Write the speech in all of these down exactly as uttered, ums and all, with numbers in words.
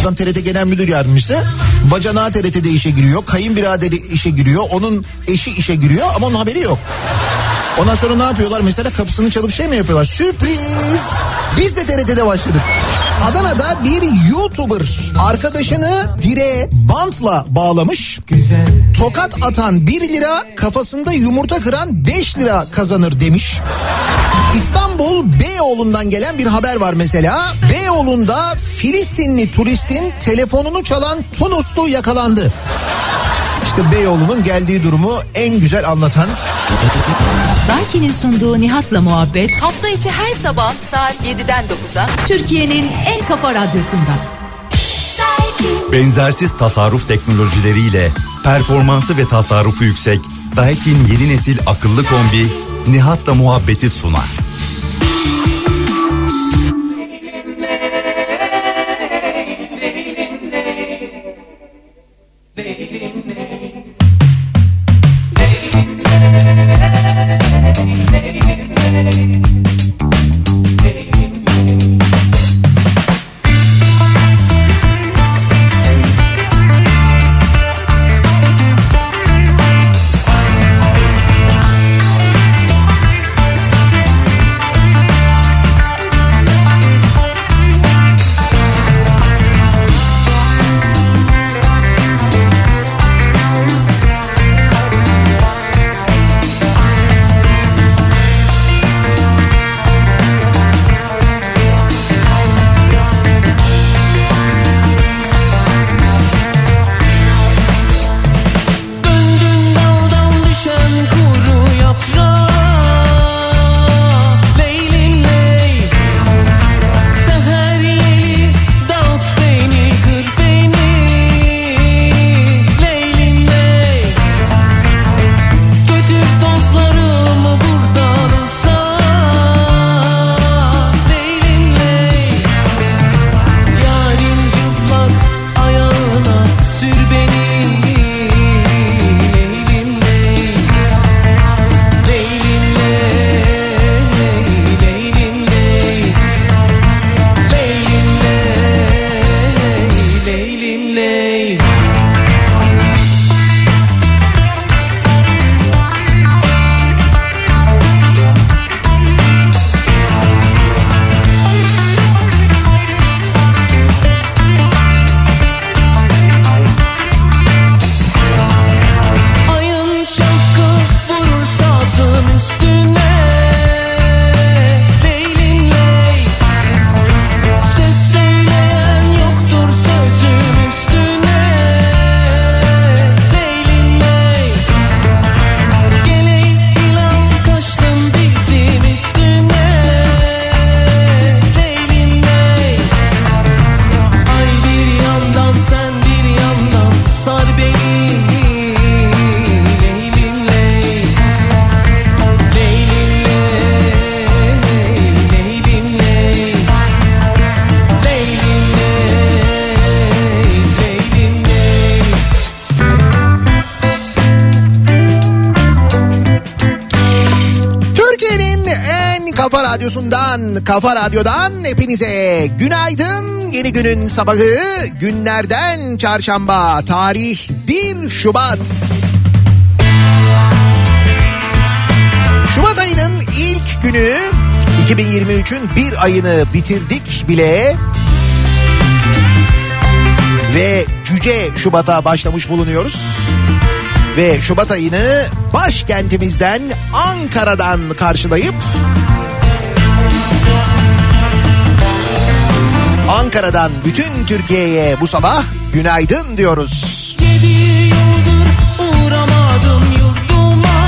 Adam T R T Genel Müdür Yardımcısı. Bacanağı T R T'de işe giriyor. Kayınbiraderi işe giriyor. Onun eşi işe giriyor ama onun haberi yok. Ondan sonra ne yapıyorlar? Mesela kapısını çalıp şey mi yapıyorlar? Sürpriz! Biz de T R T'de başladık. Adana'da bir YouTuber arkadaşını direğe bantla bağlamış. Tokat atan bir lira, kafasında yumurta kıran beş lira kazanır demiş. İstanbul Beyoğlu'ndan gelen bir haber var mesela. Beyoğlu'nda Filistinli turistin telefonunu çalan Tunuslu yakalandı. İşte Beyoğlu'nun geldiği durumu en güzel anlatan. Daiki'nin sunduğu Nihat'la Muhabbet hafta içi her sabah saat yediden dokuza Türkiye'nin en kafa radyosunda. Benzersiz tasarruf teknolojileriyle performansı ve tasarrufu yüksek Daikin yeni nesil akıllı kombi Nihat'la Muhabbet'i sunar. Radyosu'ndan, Kafa Radyo'dan hepinize günaydın. Yeni günün sabahı, günlerden çarşamba, tarih bir Şubat. Şubat ayının ilk günü, iki bin yirmi üçün bir ayını bitirdik bile. Ve Cüce Şubat'a başlamış bulunuyoruz. Ve Şubat ayını başkentimizden, Ankara'dan karşılayıp Ankara'dan bütün Türkiye'ye bu sabah günaydın diyoruz. Yedi yıldır uğramadım yurduma,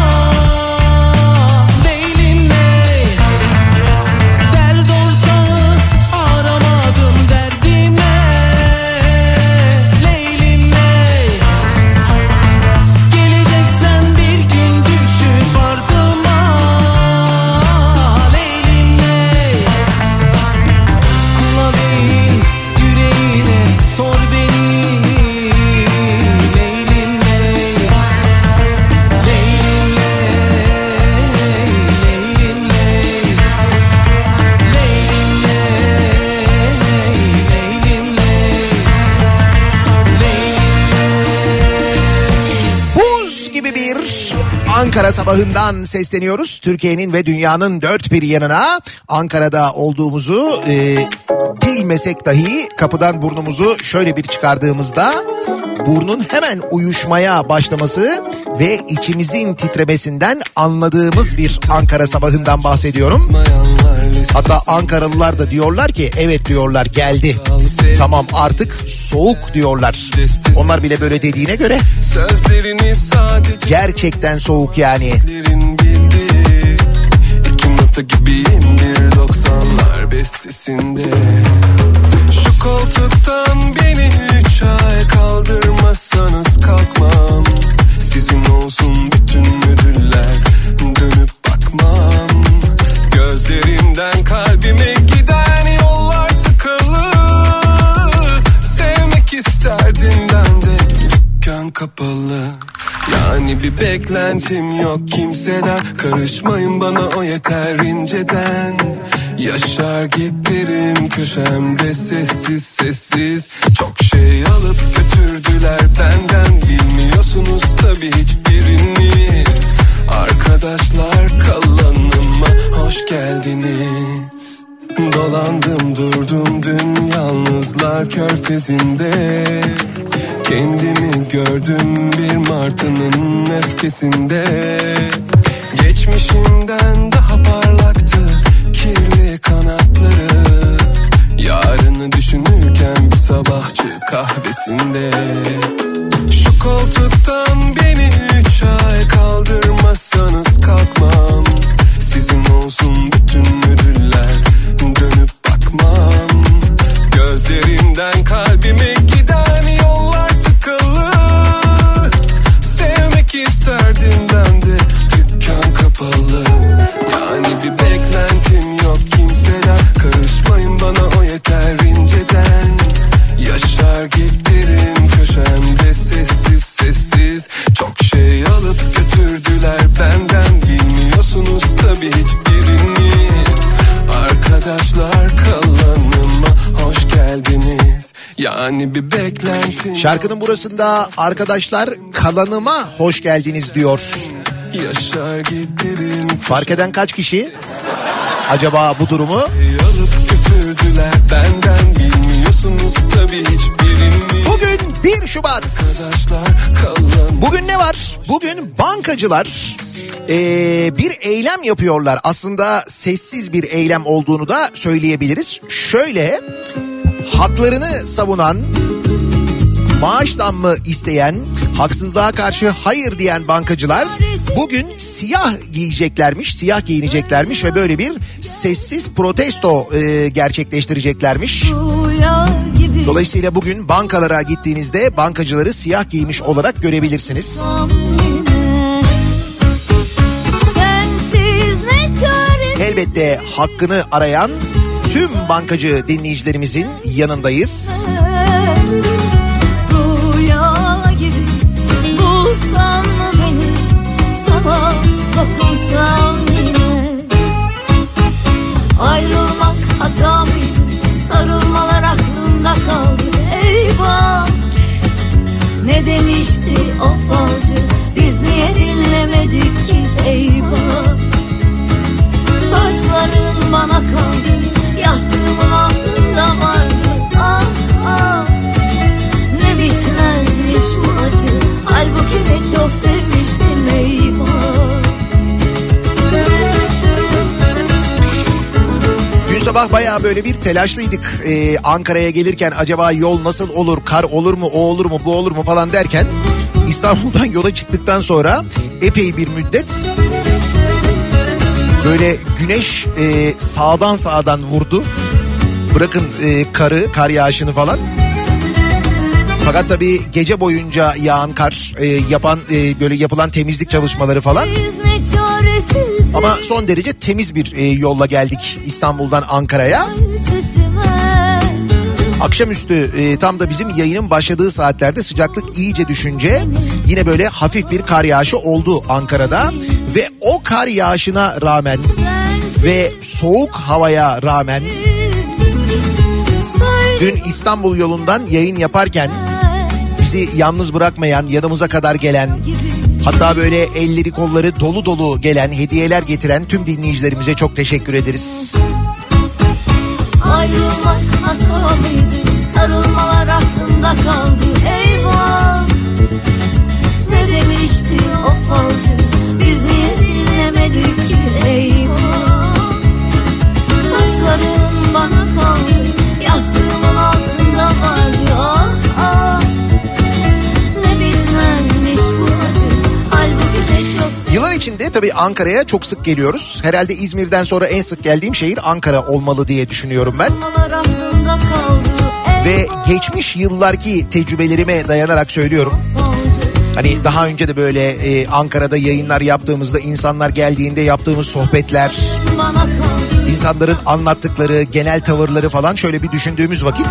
Leylim Ley. Dert ortağı aramadım derdime, Leylim Ley. Geleceksen bir gün düşün ardıma, Leylim Ley. Kula değil yüreğine sor beni, Leylim Ankara sabahından sesleniyoruz. Türkiye'nin ve dünyanın dört bir yanına Ankara'da olduğumuzu e, bilmesek dahi kapıdan burnumuzu şöyle bir çıkardığımızda burnun hemen uyuşmaya başlaması ve içimizin titremesinden anladığımız bir Ankara sabahından bahsediyorum. Hatta Ankaralılar da diyorlar ki evet diyorlar geldi. Tamam artık soğuk diyorlar. Onlar bile böyle dediğine göre gerçekten soğuk yani. İki nota gibiyimdir doksanlar bestesinde. Şu koltuktan beni üç ay kaldırmazsanız kalkmam. Sizin olsun bütün ödüller, dönüp bakmam. Gözlerimden kalbime giden yollar tıkalı. Sevmek isterdim ben de, dükkan kapalı. Yani bir beklentim yok kimseden. Karışmayın bana o yeter inceden. Yaşar giderim köşemde sessiz sessiz. Çok şey alıp götürdüler benden. Bilmiyorsunuz tabii hiçbiriniz. Arkadaşlar kalanıma hoş geldiniz. Dolandım durdum dün yalnızlar körfezinde. Kendimi gördüm bir martının öfkesinde. Geçmişimden daha parlaktı kirli kanatları. Yarını düşünürken bir sabahçı kahvesinde. Şu koltuktan beni üç ay kaldırmazsanız kalkmam. Sizin olsun bütün ödüller, dönüp bakmam. Gözlerimden kalbime giden yollar tıkalı. Sevmek isterdim ben de, dükkan kapalı. Yani bir beklentim yok kimseden. Karışmayın bana o yeter inceden. Yaşar giderim köşemde sessiz sessiz. Çok şey alıp götürdüler benden. Bilmiyorsunuz tabii hiçbiriniz. Arkadaşlar kalanıma hoş geldiniz. Yani bir beklentim. Şarkının burasında arkadaşlar kalanıma hoş geldiniz diyor. Yaşar giderim. Fark eden kaç kişi acaba bu durumu? Alıp götürdüler benden. Bilmiyorsunuz tabii hiçbiriniz. Bugün bir Şubat. Bugün ne var? Bugün bankacılar ee, bir eylem yapıyorlar. Aslında sessiz bir eylem olduğunu da söyleyebiliriz. Şöyle, haklarını savunan, maaş zammı isteyen, haksızlığa karşı hayır diyen bankacılar bugün siyah giyeceklermiş, siyah giyineceklermiş ve böyle bir sessiz protesto e, gerçekleştireceklermiş. Dolayısıyla bugün bankalara gittiğinizde bankacıları siyah giymiş olarak görebilirsiniz. Elbette hakkını arayan tüm bankacı dinleyicilerimizin yanındayız. Rüya gibi bulsan beni, sana dokunsam yine. Ayrılmak hata mıydı? Sarılmalar aklımda kaldı. Eyvah! Ne demişti o falcı? Biz niye dinlemedik ki? Eyvah! Saçların bana kaldı, yastığımın altında vardı. Ah ah, ne bitmezmiş bu acı. Halbuki de çok sevmiştim eyvah. Dün sabah bayağı böyle bir telaşlıydık. Ee, Ankara'ya gelirken acaba yol nasıl olur, kar olur mu, o olur mu, bu olur mu falan derken İstanbul'dan yola çıktıktan sonra epey bir müddet böyle güneş e, sağdan sağdan vurdu. Bırakın e, karı, kar yağışını falan. Fakat tabii gece boyunca yağan kar, e, yapan e, böyle yapılan temizlik çalışmaları falan. Ama son derece temiz bir e, yolla geldik İstanbul'dan Ankara'ya. Akşamüstü e, tam da bizim yayının başladığı saatlerde sıcaklık iyice düşünce yine böyle hafif bir kar yağışı oldu Ankara'da. Ve o kar yağışına rağmen ve soğuk havaya rağmen dün İstanbul yolundan yayın yaparken bizi yalnız bırakmayan, yanımıza kadar gelen, Hatta böyle elleri kolları dolu dolu gelen, hediyeler getiren tüm dinleyicilerimize çok teşekkür ederiz. Ayrılmak hata mıydı? Sarılmalar aklımda kaldı. Eyvah! Ne demişti o falcı? Biz niye dinlemedik ki? Eyvah! Saçlarım bana kaldı. Yastığımın altında vardı. Ah ah! Ne bitmezmiş bu acı. Halbuki de çok sevdim. Yıllar içinde tabii Ankara'ya çok sık geliyoruz. Herhalde İzmir'den sonra en sık geldiğim şehir Ankara olmalı diye düşünüyorum ben. Ve geçmiş yıllarki tecrübelerime dayanarak söylüyorum. Hani daha önce de böyle e, Ankara'da yayınlar yaptığımızda, insanlar geldiğinde yaptığımız sohbetler, insanların anlattıkları genel tavırları falan şöyle bir düşündüğümüz vakit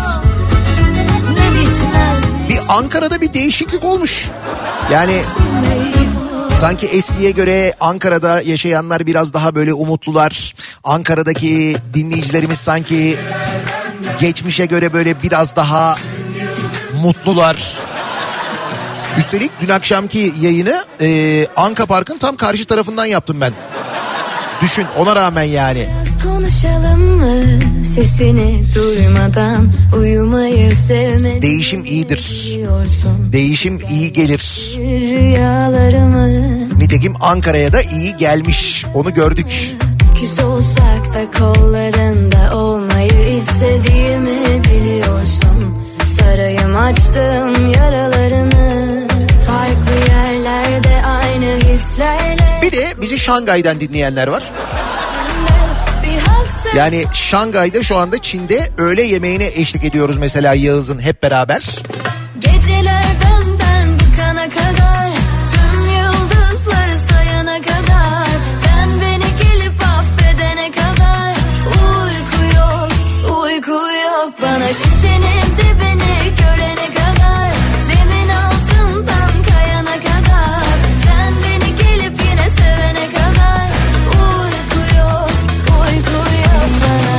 bir Ankara'da bir değişiklik olmuş. Yani sanki eskiye göre Ankara'da yaşayanlar biraz daha böyle umutlular. Ankara'daki dinleyicilerimiz sanki geçmişe göre böyle biraz daha mutlular. Üstelik dün akşamki yayını e, Anka Park'ın tam karşı tarafından yaptım ben. Düşün, ona rağmen yani. Biraz konuşalım mı? Sesini duymadan uyumayı sevmedim. Değişim iyidir. Değişim iyi gelir. Rüyalarımı. Nitekim Ankara'ya da iyi gelmiş. Onu gördük. Küs olsak da kollarında olmayı istediğimi biliyorsun. Sarayım açtım yaralarını. Farklı yerlerde aynı hislerle. Bir de bizi Şangay'dan dinleyenler var. Yani Şangay'da şu anda Çin'de öğle yemeğine eşlik ediyoruz mesela Yağız'ın hep beraber. Geceler benden bıkana kadar, tüm yıldızları sayana kadar, sen beni gelip affedene kadar, uyku yok, uyku yok bana şişenin dibini görene kadar, zemin altından kayana kadar, sen beni gelip yine sevene kadar, uyku yok, uyku yok bana.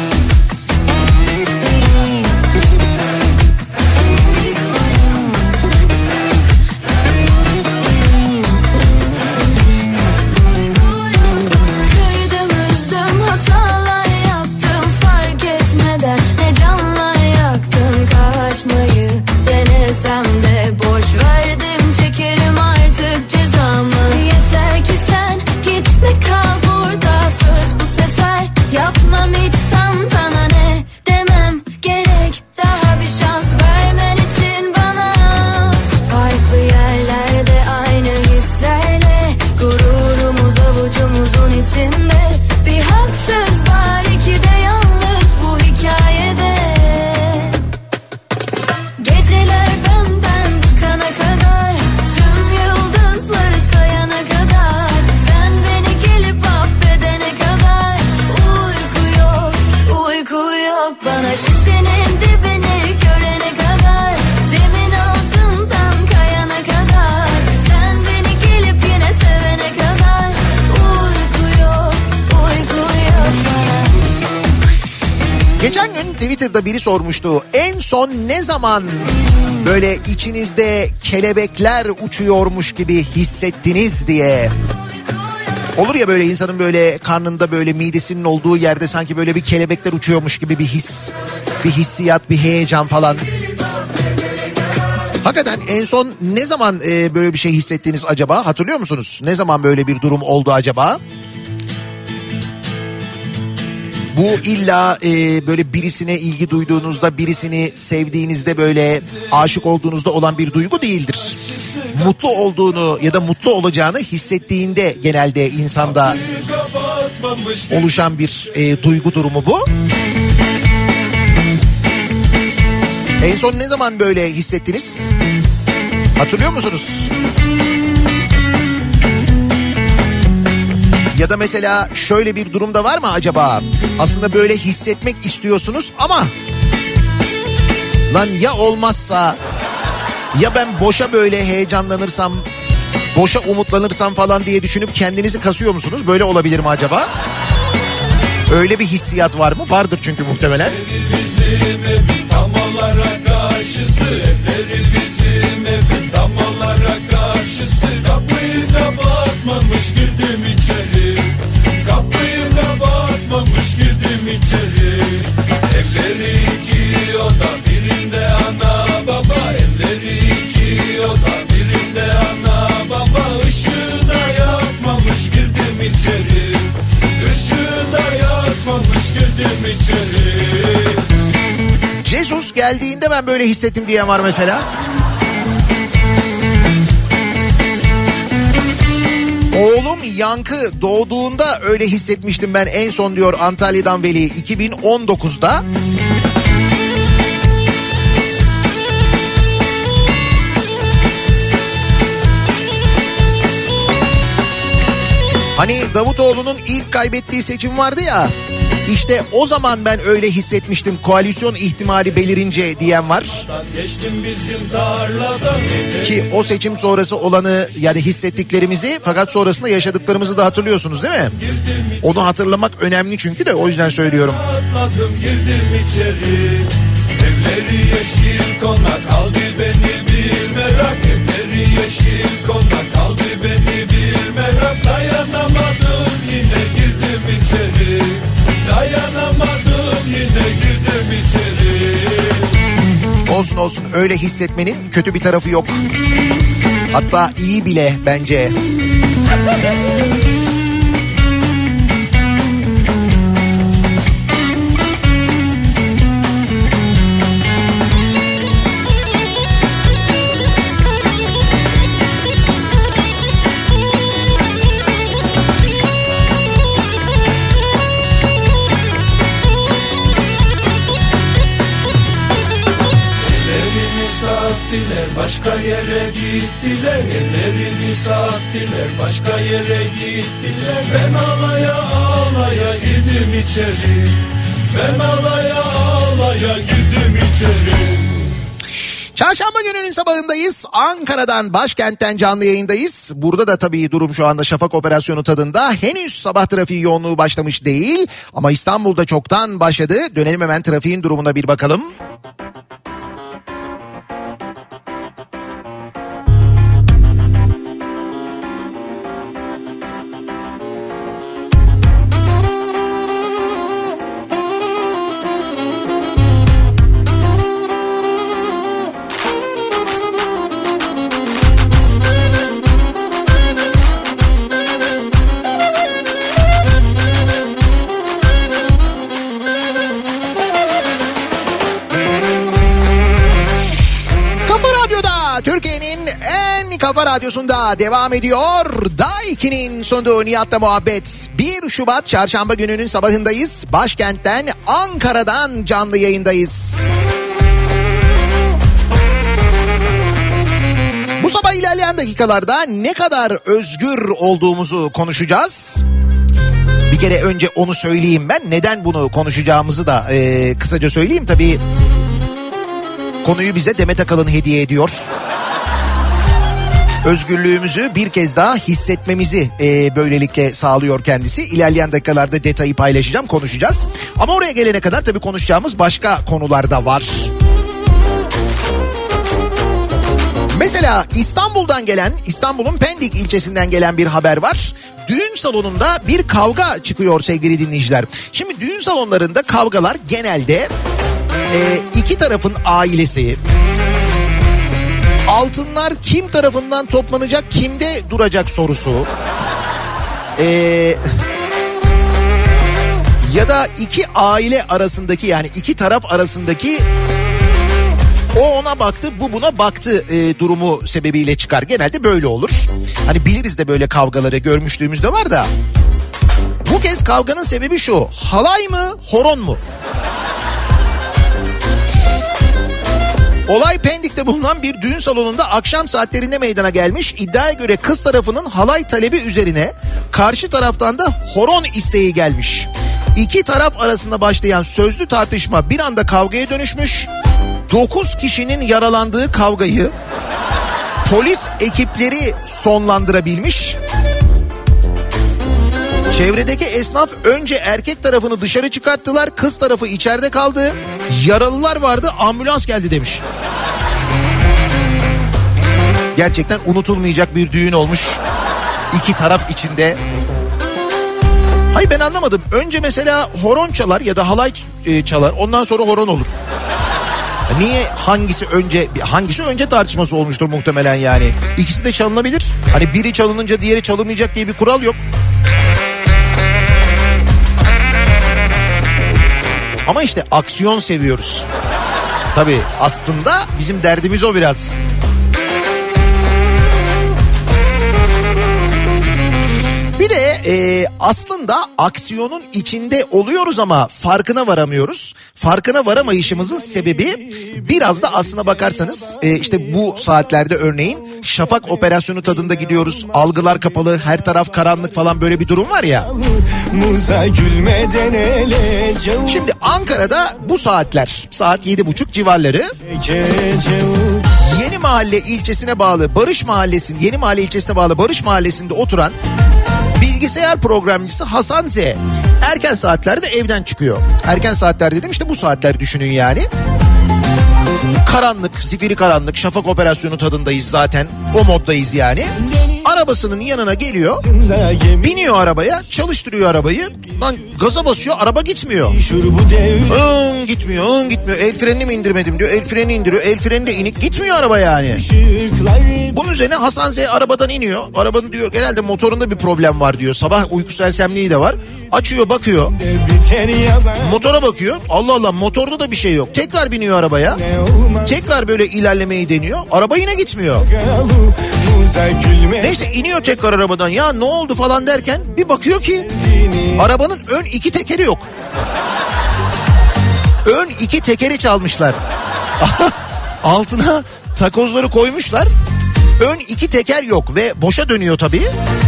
Kırdım üzdüm hatalar yaptım fark etmeden, ne canlar yaktım kaçmayı denesem de boş verdim, çekerim artık cezamı. Yeter ki sen gitme kal burada, söz bu sefer yapmam hiç tantana, ne demem gerek daha bir şans vermen için bana. Farklı yerlerde aynı hislerle, gururumuz avucumuzun içinde, bir haksız var iki de yalnız bu hikayede. Geceler benden bıkana kadar, tüm yıldızları sayana kadar, sen beni gelip affedene kadar, uyku yok, uyku yok bana şişenin dibini görene kadar, zemin altından kayana kadar, sen beni gelip yine sevene kadar, uyku yok, uyku yok bana. Geçen gün Twitter'da biri sormuştu. En son ne zaman böyle içinizde kelebekler uçuyormuş gibi hissettiniz diye. Olur ya böyle insanın böyle karnında böyle midesinin olduğu yerde sanki böyle bir kelebekler uçuyormuş gibi bir his. Bir hissiyat, bir heyecan falan. Hakikaten en son ne zaman e, böyle bir şey hissettiniz acaba? Hatırlıyor musunuz? Ne zaman böyle bir durum oldu acaba? Bu illa e, böyle birisine ilgi duyduğunuzda, birisini sevdiğinizde, böyle aşık olduğunuzda olan bir duygu değildir. Mutlu olduğunu ya da mutlu olacağını hissettiğinde genelde insanda oluşan bir e, duygu durumu bu. En son ne zaman böyle hissettiniz? Hatırlıyor musunuz? Ya da mesela şöyle bir durumda var mı acaba? Aslında böyle hissetmek istiyorsunuz ama lan ya olmazsa, ya ben boşa böyle heyecanlanırsam, boşa umutlanırsam falan diye düşünüp kendinizi kasıyor musunuz? Böyle olabilir mi acaba? Öyle bir hissiyat var mı? Vardır çünkü muhtemelen. Bizim evin tam olarak karşısı, evleri bizim evin tam olarak karşısı, kapıyı geldiğinde ben böyle hissettim diyen var mesela. Oğlum Yankı doğduğunda öyle hissetmiştim ben en son diyor Antalya'dan Veli iki bin on dokuzda. Hani Davutoğlu'nun ilk kaybettiği seçim vardı ya. İşte o zaman ben öyle hissetmiştim koalisyon ihtimali belirince diyen var. Ki o seçim sonrası olanı yani hissettiklerimizi fakat sonrasında yaşadıklarımızı da hatırlıyorsunuz değil mi? Onu hatırlamak önemli çünkü de o yüzden söylüyorum. Girdim içeri, evleri yeşil konak aldı beni bir merak. Evleri yeşil konak aldı beni bir merak. Dayanamadım yine girdim içeri. Dayanamadım yine girdim içeri. Olsun olsun öyle hissetmenin kötü bir tarafı yok. Hatta iyi bile bence. Başka yere gittiler, ellerini sattılar, başka yere gittiler. Ben ağlaya ağlaya girdim içeri, ben ağlaya ağlaya girdim içeri. Çarşamba gününün sabahındayız. Ankara'dan, başkentten canlı yayındayız. Burada da tabii durum şu anda Şafak operasyonu tadında. Henüz sabah trafiği yoğunluğu başlamış değil ama İstanbul'da çoktan başladı. Dönelim hemen trafiğin durumuna bir bakalım. Kafa Radyosu'nda devam ediyor. Daiki'nin sunduğu Nihat'la muhabbet. bir Şubat Çarşamba gününün sabahındayız. Başkentten, Ankara'dan canlı yayındayız. Bu sabah ilerleyen dakikalarda ne kadar özgür olduğumuzu konuşacağız. Bir kere önce onu söyleyeyim ben. Neden bunu konuşacağımızı da e, kısaca söyleyeyim. Tabii konuyu bize Demet Akalın hediye ediyor. Özgürlüğümüzü bir kez daha hissetmemizi e, böylelikle sağlıyor kendisi. İlerleyen dakikalarda detayı paylaşacağım, konuşacağız. Ama oraya gelene kadar tabii konuşacağımız başka konular da var. Mesela İstanbul'dan gelen, İstanbul'un Pendik ilçesinden gelen bir haber var. Düğün salonunda bir kavga çıkıyor sevgili dinleyiciler. Şimdi düğün salonlarında kavgalar genelde e, iki tarafın ailesi... Altınlar kim tarafından toplanacak, kimde duracak sorusu. Ee, ya da iki aile arasındaki yani iki taraf arasındaki o ona baktı bu buna baktı e, durumu sebebiyle çıkar. Genelde böyle olur. Hani biliriz de böyle kavgaları görmüşlüğümüzde var da. Bu kez kavganın sebebi şu: halay mı, horon mu? Olay Pendik'te bulunan bir düğün salonunda akşam saatlerinde meydana gelmiş. İddiaya göre kız tarafının halay talebi üzerine karşı taraftan da horon isteği gelmiş. İki taraf arasında başlayan sözlü tartışma bir anda kavgaya dönüşmüş. Dokuz kişinin yaralandığı kavgayı polis ekipleri sonlandırabilmiş. Çevredeki esnaf önce erkek tarafını dışarı çıkarttılar, kız tarafı içeride kaldı. Yaralılar vardı, ambulans geldi demiş. Gerçekten unutulmayacak bir düğün olmuş. İki taraf içinde. Hayır ben anlamadım. Önce mesela horon çalar ya da halay çalar, ondan sonra horon olur. Niye hangisi önce hangisi önce tartışması olmuştur muhtemelen yani. İkisi de çalınabilir. Hani biri çalınınca diğeri çalınmayacak diye bir kural yok. Ama işte aksiyon seviyoruz. Tabii aslında bizim derdimiz o biraz. Bir de e, aslında aksiyonun içinde oluyoruz ama farkına varamıyoruz. Farkına varamayışımızın sebebi biraz da aslına bakarsanız e, işte bu saatlerde örneğin şafak operasyonu tadında gidiyoruz. Algılar kapalı, her taraf karanlık falan, böyle bir durum var ya. Şimdi Ankara'da bu saatler, saat yedi buçuk civarları, Yeni Mahalle ilçesine bağlı Barış Mahallesi, Yeni Mahalle ilçesine bağlı Barış Mahallesi'nde oturan bilgisayar programcısı Hasan Z erken saatlerde evden çıkıyor. Erken saatler dedim, işte bu saatler düşünün yani. Karanlık, zifiri karanlık, şafak operasyonu tadındayız zaten. O moddayız yani. Arabasının yanına geliyor, biniyor arabaya, çalıştırıyor arabayı. Lan gaza basıyor, araba gitmiyor. Hın gitmiyor, hın gitmiyor. El frenini mi indirmedim diyor. El freni indiriyor. El freni de inik, gitmiyor araba yani. Bunun üzerine Hasan Z arabadan iniyor. Arabanın diyor genelde motorunda bir problem var diyor. Sabah uyku sersemliği de var. Açıyor, bakıyor. Motora bakıyor. Allah Allah, motorda da bir şey yok. Tekrar biniyor arabaya. Tekrar böyle ilerlemeyi deniyor. Araba yine gitmiyor. Neyse iniyor tekrar arabadan. Ya ne oldu falan derken bir bakıyor ki arabanın ön iki tekeri yok. Ön iki tekeri çalmışlar. Altına takozları koymuşlar. Ön iki teker yok ve boşa dönüyor tabii.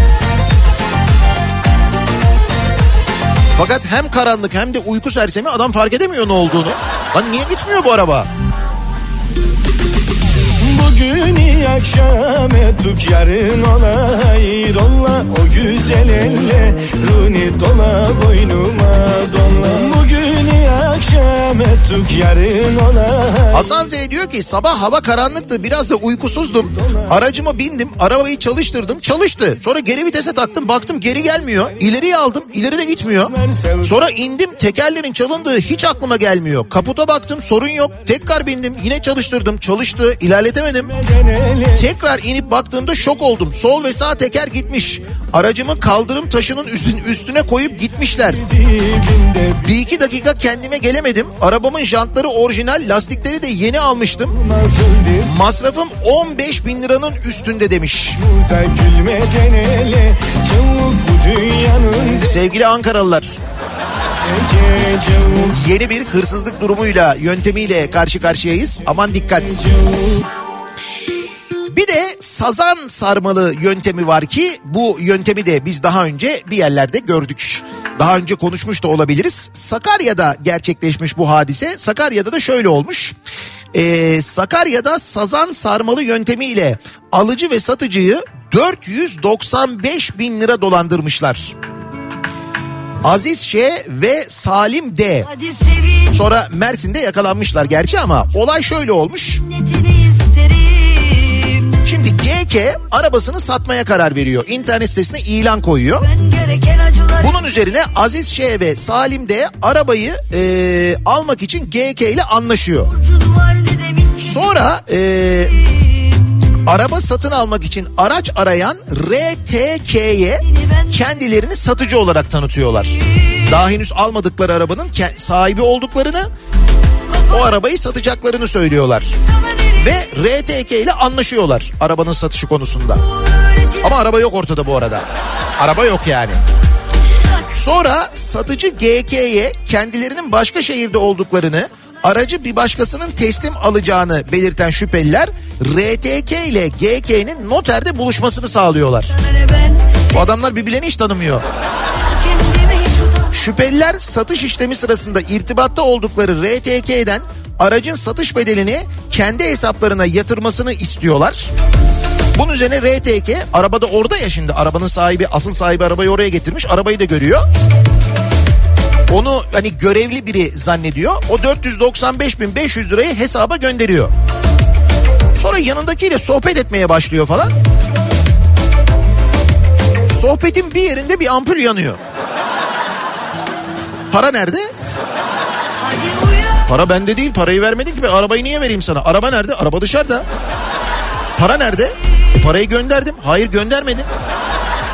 Fakat hem karanlık hem de uyku sersemi, adam fark edemiyor ne olduğunu. Lan niye gitmiyor bu araba? Bugün akşam ettik, yarın ola hayır ola, o güzel elle runi dola boynuma dola. Bugün akşam ettik, yarın ola. Hasan Z diyor ki sabah hava karanlıktı, biraz da uykusuzdum. Aracıma bindim, arabayı çalıştırdım, çalıştı. Sonra geri vitese taktım, baktım geri gelmiyor. İleriye aldım, ileri de gitmiyor. Sonra indim, tekerlerin çalındığı hiç aklıma gelmiyor. Kaputa baktım, sorun yok. Tekrar bindim, yine çalıştırdım, çalıştı, ilerletemedim. Tekrar inip baktığımda şok oldum. Sol ve sağ teker gitmiş. Aracımı kaldırım taşının üstüne koyup gitmişler. Bir iki dakika kendime gelemedim. Arabamın jantları orijinal, lastikleri de yeni almıştım. Masrafım on beş bin liranın üstünde demiş. Sevgili Ankaralılar, yeni bir hırsızlık durumuyla, yöntemiyle karşı karşıyayız. Aman dikkat. Bir de sazan sarmalı yöntemi var ki bu yöntemi de biz daha önce bir yerlerde gördük. Daha önce konuşmuş da olabiliriz. Sakarya'da gerçekleşmiş bu hadise. Sakarya'da da şöyle olmuş. Ee, Sakarya'da sazan sarmalı yöntemiyle alıcı ve satıcıyı dört yüz doksan beş bin lira dolandırmışlar. Aziz Ş ve Salim D. Sonra Mersin'de yakalanmışlar gerçi ama olay şöyle olmuş. Şimdi G K arabasını satmaya karar veriyor. İnternet sitesine ilan koyuyor. Bunun üzerine Aziz Ş ve Salim de arabayı e, almak için G K ile anlaşıyor. Sonra e, araba satın almak için araç arayan R T K'ye kendilerini satıcı olarak tanıtıyorlar. Daha henüz almadıkları arabanın sahibi olduklarını, o arabayı satacaklarını söylüyorlar. Ve R T K ile anlaşıyorlar arabanın satışı konusunda. Ama araba yok ortada bu arada. Araba yok yani. Sonra satıcı G K'ye kendilerinin başka şehirde olduklarını, aracı bir başkasının teslim alacağını belirten şüpheliler R T K ile G K'nin noterde buluşmasını sağlıyorlar. Bu adamlar birbirlerini hiç tanımıyor. Şüpheliler satış işlemi sırasında irtibatta oldukları R T K'den aracın satış bedelini kendi hesaplarına yatırmasını istiyorlar. Bunun üzerine R T K, arabada orada ya şimdi, arabanın sahibi, asıl sahibi arabayı oraya getirmiş, arabayı da görüyor. Onu hani görevli biri zannediyor. O dört yüz doksan beş bin beş yüz lirayı hesaba gönderiyor. Sonra yanındakiyle sohbet etmeye başlıyor falan. Sohbetin bir yerinde bir ampul yanıyor. Para nerede? Para bende değil, parayı vermedin ki, ben arabayı niye vereyim sana? Araba nerede? Araba dışarıda. Para nerede? E parayı gönderdim. Hayır, göndermedim.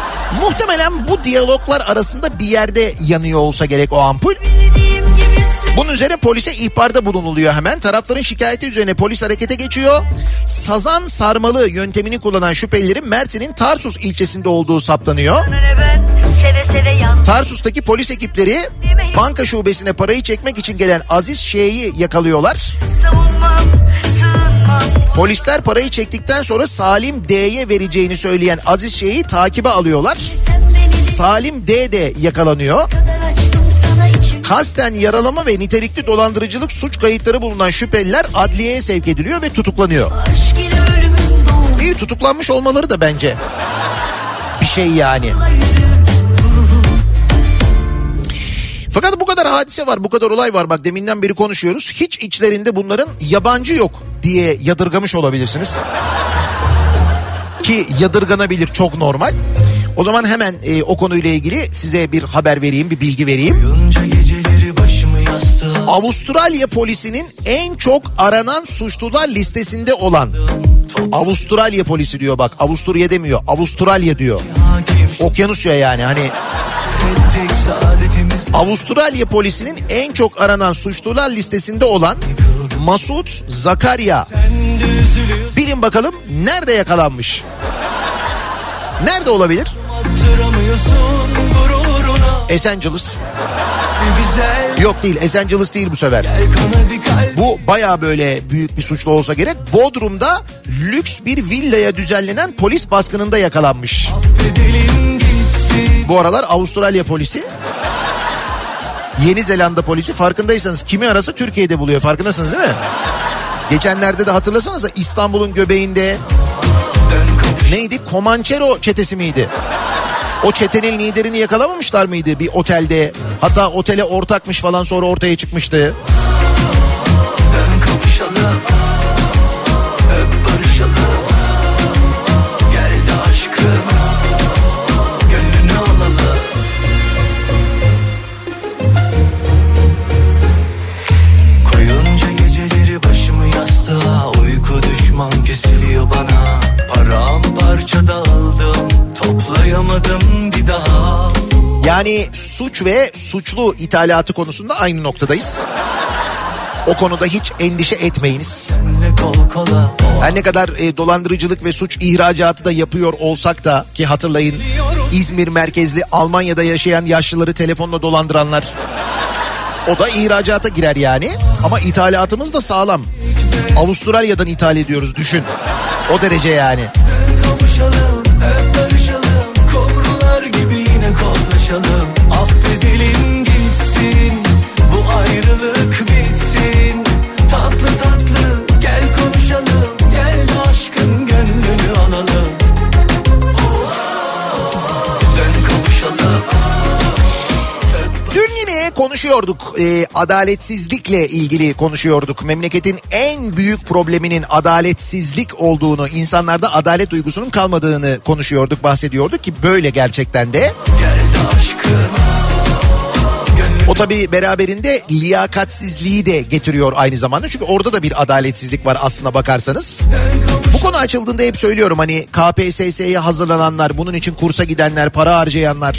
Muhtemelen bu diyaloglar arasında bir yerde yanıyor olsa gerek o ampul. Bunun üzerine polise ihbarda bulunuluyor hemen. Tarafların şikayeti üzerine polis harekete geçiyor. Sazan sarmalı yöntemini kullanan şüphelilerin Mersin'in Tarsus ilçesinde olduğu saptanıyor. Seve seve Tarsus'taki polis ekipleri banka şubesine parayı çekmek için gelen Aziz Ş'yi yakalıyorlar. savunmam, sığınmam. Polisler parayı çektikten sonra Salim D'ye vereceğini söyleyen Aziz Ş'yi takibe alıyorlar. Salim D de yakalanıyor. Kasten yaralama ve nitelikli dolandırıcılık suç kayıtları bulunan şüpheliler adliyeye sevk ediliyor ve tutuklanıyor. İyi, tutuklanmış olmaları da bence bir şey yani. Fakat bu kadar hadise var, bu kadar olay var. Bak deminden beri konuşuyoruz. Hiç içlerinde bunların yabancı yok diye yadırgamış olabilirsiniz. Ki yadırganabilir, çok normal. O zaman hemen e, o konuyla ilgili size bir haber vereyim, bir bilgi vereyim. Avustralya polisinin en çok aranan suçlular listesinde olan, Avustralya polisi diyor bak, Avusturya demiyor, Avustralya diyor. Okyanusya yani hani. Avustralya polisinin en çok aranan suçlular listesinde olan Masut Zakaria. Bilin bakalım nerede yakalanmış? Nerede olabilir? Los Angeles. Yok değil, Los Angeles değil bu sefer. Bu baya böyle büyük bir suçlu olsa gerek. Bodrum'da lüks bir villaya düzenlenen polis baskınında yakalanmış. Bu aralar Avustralya polisi, Yeni Zelanda polisi, farkındaysanız kimi arası Türkiye'de buluyor, farkındasınız değil mi? Geçenlerde de hatırlasanıza İstanbul'un göbeğinde neydi? Comanchero çetesi miydi? O çetenin liderini yakalamamışlar mıydı bir otelde? Hatta otele ortakmış falan, sonra ortaya çıkmıştı. Koyunca geceleri başımı yastığa, uyku düşman kesiliyor bana. Paramparça dağıldım, toplayamadım bir daha. Yani suç ve suçlu ithalatı konusunda aynı noktadayız. O konuda hiç endişe etmeyiniz. Her ne kadar e, dolandırıcılık ve suç ihracatı da yapıyor olsak da, ki hatırlayın İzmir merkezli Almanya'da yaşayan yaşlıları telefonla dolandıranlar, o da ihracata girer yani. Ama ithalatımız da sağlam. Avustralya'dan ithal ediyoruz, düşün. O derece yani. Kavuşalım, hep barışalım, kumrular gibi yine koklaşalım. Affedelim gitsin, bu ayrılık bitsin. Tatlı tatlı gel konuşalım, gel de aşkın gönlünü alalım. Dön kavuşalım. Dün yine konuşuyorduk, e, adaletsizlikle ilgili konuşuyorduk. Memleketin en büyük probleminin adaletsizlik olduğunu, insanlarda adalet duygusunun kalmadığını konuşuyorduk, bahsediyorduk ki böyle gerçekten de. O tabii beraberinde liyakatsizliği de getiriyor aynı zamanda. Çünkü orada da bir adaletsizlik var aslına bakarsanız. Bu konu açıldığında hep söylüyorum, hani K P S S'ye hazırlananlar, bunun için kursa gidenler, para harcayanlar,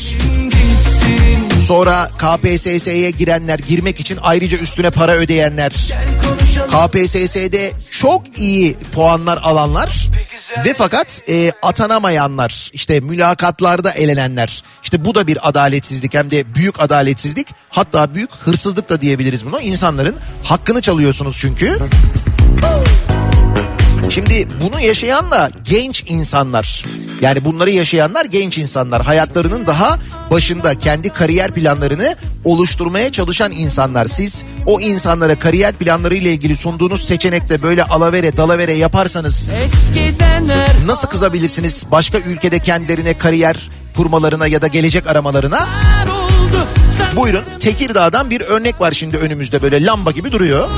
sonra K P S S'ye girenler, girmek için ayrıca üstüne para ödeyenler, K P S S'de çok iyi puanlar alanlar ve fakat e, atanamayanlar, işte mülakatlarda elenenler. İşte bu da bir adaletsizlik, hem de büyük adaletsizlik, hatta büyük hırsızlık da diyebiliriz bunu. İnsanların hakkını çalıyorsunuz çünkü. Şimdi bunu yaşayan da genç insanlar. Yani bunları yaşayanlar genç insanlar. Hayatlarının daha başında, kendi kariyer planlarını oluşturmaya çalışan insanlar. Siz o insanlara kariyer planları ile ilgili sunduğunuz seçenekte böyle alavere dalavere yaparsanız nasıl kızabilirsiniz başka ülkede kendilerine kariyer kurmalarına ya da gelecek aramalarına? Buyurun, Tekirdağ'dan bir örnek var şimdi önümüzde, böyle lamba gibi duruyor.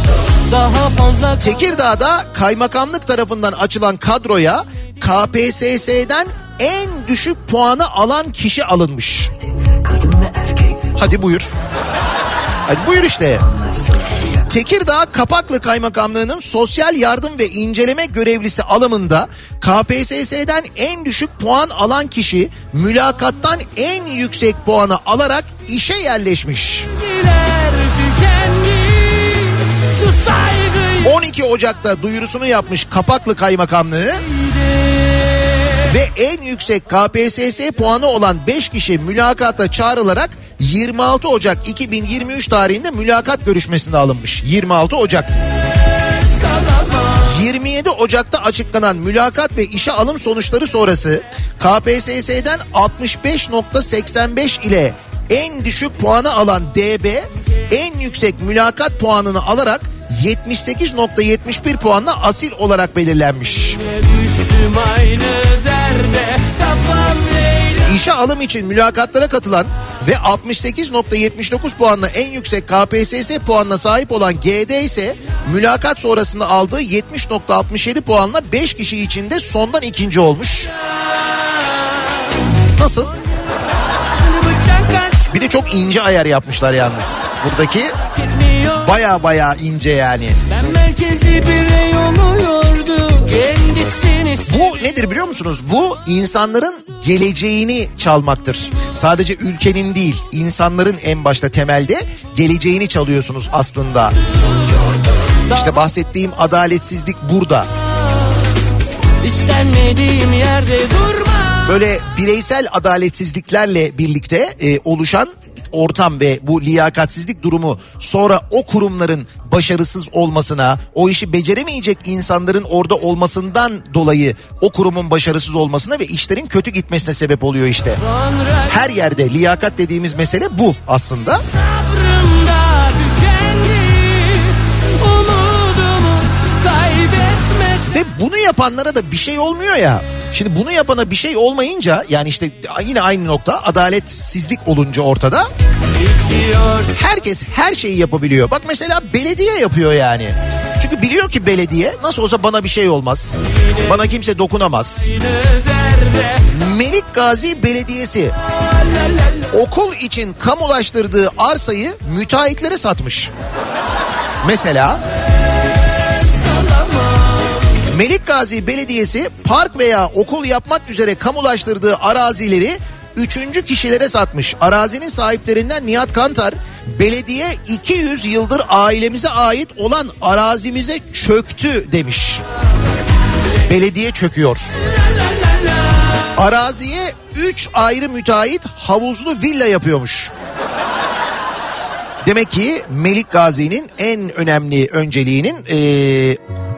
Tekirdağ'da kaymakamlık tarafından açılan kadroya K P S S'den en düşük puanı alan kişi alınmış. Hadi buyur. Hadi buyur işte. Tekirdağ Kapaklı Kaymakamlığı'nın sosyal yardım ve inceleme görevlisi alımında K P S S'den en düşük puan alan kişi mülakattan en yüksek puanı alarak işe yerleşmiş. on iki Ocak'ta duyurusunu yapmış Kapaklı Kaymakamlığı. Ve en yüksek K P S S puanı olan beş kişi mülakata çağrılarak yirmi altı Ocak iki bin yirmi üç tarihinde mülakat görüşmesine alınmış. yirmi altı Ocak. yirmi yedi Ocak'ta açıklanan mülakat ve işe alım sonuçları sonrası K P S S'den altmış beş nokta seksen beş ile en düşük puanı alan D B en yüksek mülakat puanını alarak yetmiş sekiz nokta yetmiş bir puanla asil olarak belirlenmiş. İşe alım için mülakatlara katılan ve altmış sekiz nokta yetmiş dokuz puanla en yüksek K P S S puanına sahip olan G D ise mülakat sonrasında aldığı yetmiş nokta altmış yedi puanla beş kişi içinde sondan ikinci olmuş. Nasıl? Bir de çok ince ayar yapmışlar yalnız. Buradaki baya baya ince yani. Bu nedir biliyor musunuz? Bu insanların geleceğini çalmaktır. Sadece ülkenin değil, insanların en başta temelde geleceğini çalıyorsunuz aslında. İşte bahsettiğim adaletsizlik burada. İstenmediğim yerde durma. Böyle bireysel adaletsizliklerle birlikte e, oluşan ortam ve bu liyakatsizlik durumu sonra o kurumların başarısız olmasına, o işi beceremeyecek insanların orada olmasından dolayı o kurumun başarısız olmasına ve işlerin kötü gitmesine sebep oluyor işte. Her yerde liyakat dediğimiz mesele bu aslında. Ve bunu yapanlara da bir şey olmuyor ya. Şimdi bunu yapana bir şey olmayınca, yani işte yine aynı nokta, adaletsizlik olunca ortada herkes her şeyi yapabiliyor. Bak mesela belediye yapıyor yani. Çünkü biliyor ki belediye nasıl olsa bana bir şey olmaz. Bana kimse dokunamaz. Melik Gazi Belediyesi okul için kamulaştırdığı arsayı müteahhitlere satmış. Mesela Melik Gazi Belediyesi park veya okul yapmak üzere kamulaştırdığı arazileri üçüncü kişilere satmış. Arazinin sahiplerinden Nihat Kantar, belediye iki yüz yıldır ailemize ait olan arazimize çöktü demiş. Belediye çöküyor. Araziye üç ayrı müteahhit havuzlu villa yapıyormuş. Demek ki Melik Gazi'nin en önemli önceliğinin ee,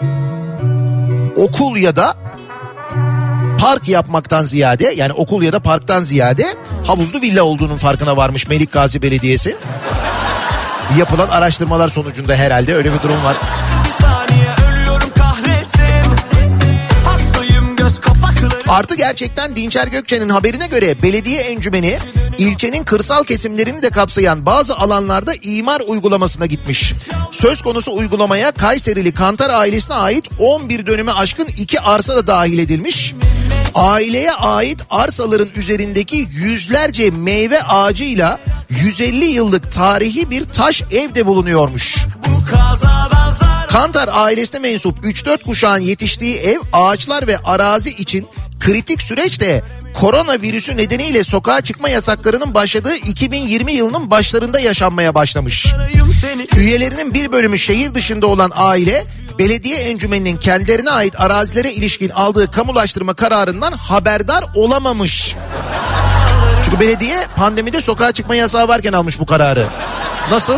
okul ya da park yapmaktan ziyade, yani okul ya da parktan ziyade havuzlu villa olduğunun farkına varmış Melik Gazi Belediyesi. Yapılan araştırmalar sonucunda herhalde öyle bir durum var. Bir saniye ölüyorum kahretsin. Hastayım göz kapakları. Artı gerçekten Dinçer Gökçen'in haberine göre belediye encümeni ilçenin kırsal kesimlerini de kapsayan bazı alanlarda imar uygulamasına gitmiş. Söz konusu uygulamaya Kayserili Kantar ailesine ait on bir dönüme aşkın iki arsa da dahil edilmiş. Aileye ait arsaların üzerindeki yüzlerce meyve ağacıyla yüz elli yıllık tarihi bir taş ev de bulunuyormuş. Kantar ailesine mensup üç dört kuşağın yetiştiği ev ağaçlar ve arazi için kritik süreçte koronavirüsü nedeniyle sokağa çıkma yasaklarının başladığı iki bin yirmi yılının başlarında yaşanmaya başlamış. Üyelerinin bir bölümü şehir dışında olan aile belediye encümeninin kendilerine ait arazilere ilişkin aldığı kamulaştırma kararından haberdar olamamış. Çünkü belediye pandemide sokağa çıkma yasağı varken almış bu kararı. Nasıl?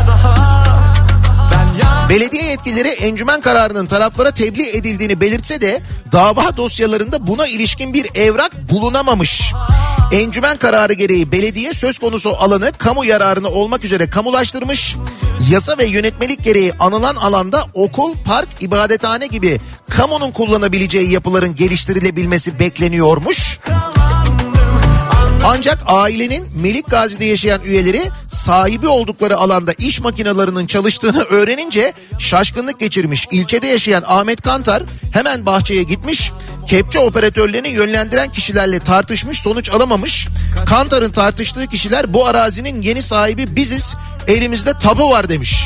Belediye yetkilileri encümen kararının taraflara tebliğ edildiğini belirtse de dava dosyalarında buna ilişkin bir evrak bulunamamış. Encümen kararı gereği belediye söz konusu alanı kamu yararına olmak üzere kamulaştırmış. Yasa ve yönetmelik gereği anılan alanda okul, park, ibadethane gibi kamunun kullanabileceği yapıların geliştirilebilmesi bekleniyormuş. Ancak ailenin Melik Gazi'de yaşayan üyeleri sahibi oldukları alanda iş makinelerinin çalıştığını öğrenince şaşkınlık geçirmiş. İlçede yaşayan Ahmet Kantar hemen bahçeye gitmiş. Kepçe operatörlerini yönlendiren kişilerle tartışmış, sonuç alamamış. Kantar'ın tartıştığı kişiler bu arazinin yeni sahibi biziz, elimizde tapu var demiş.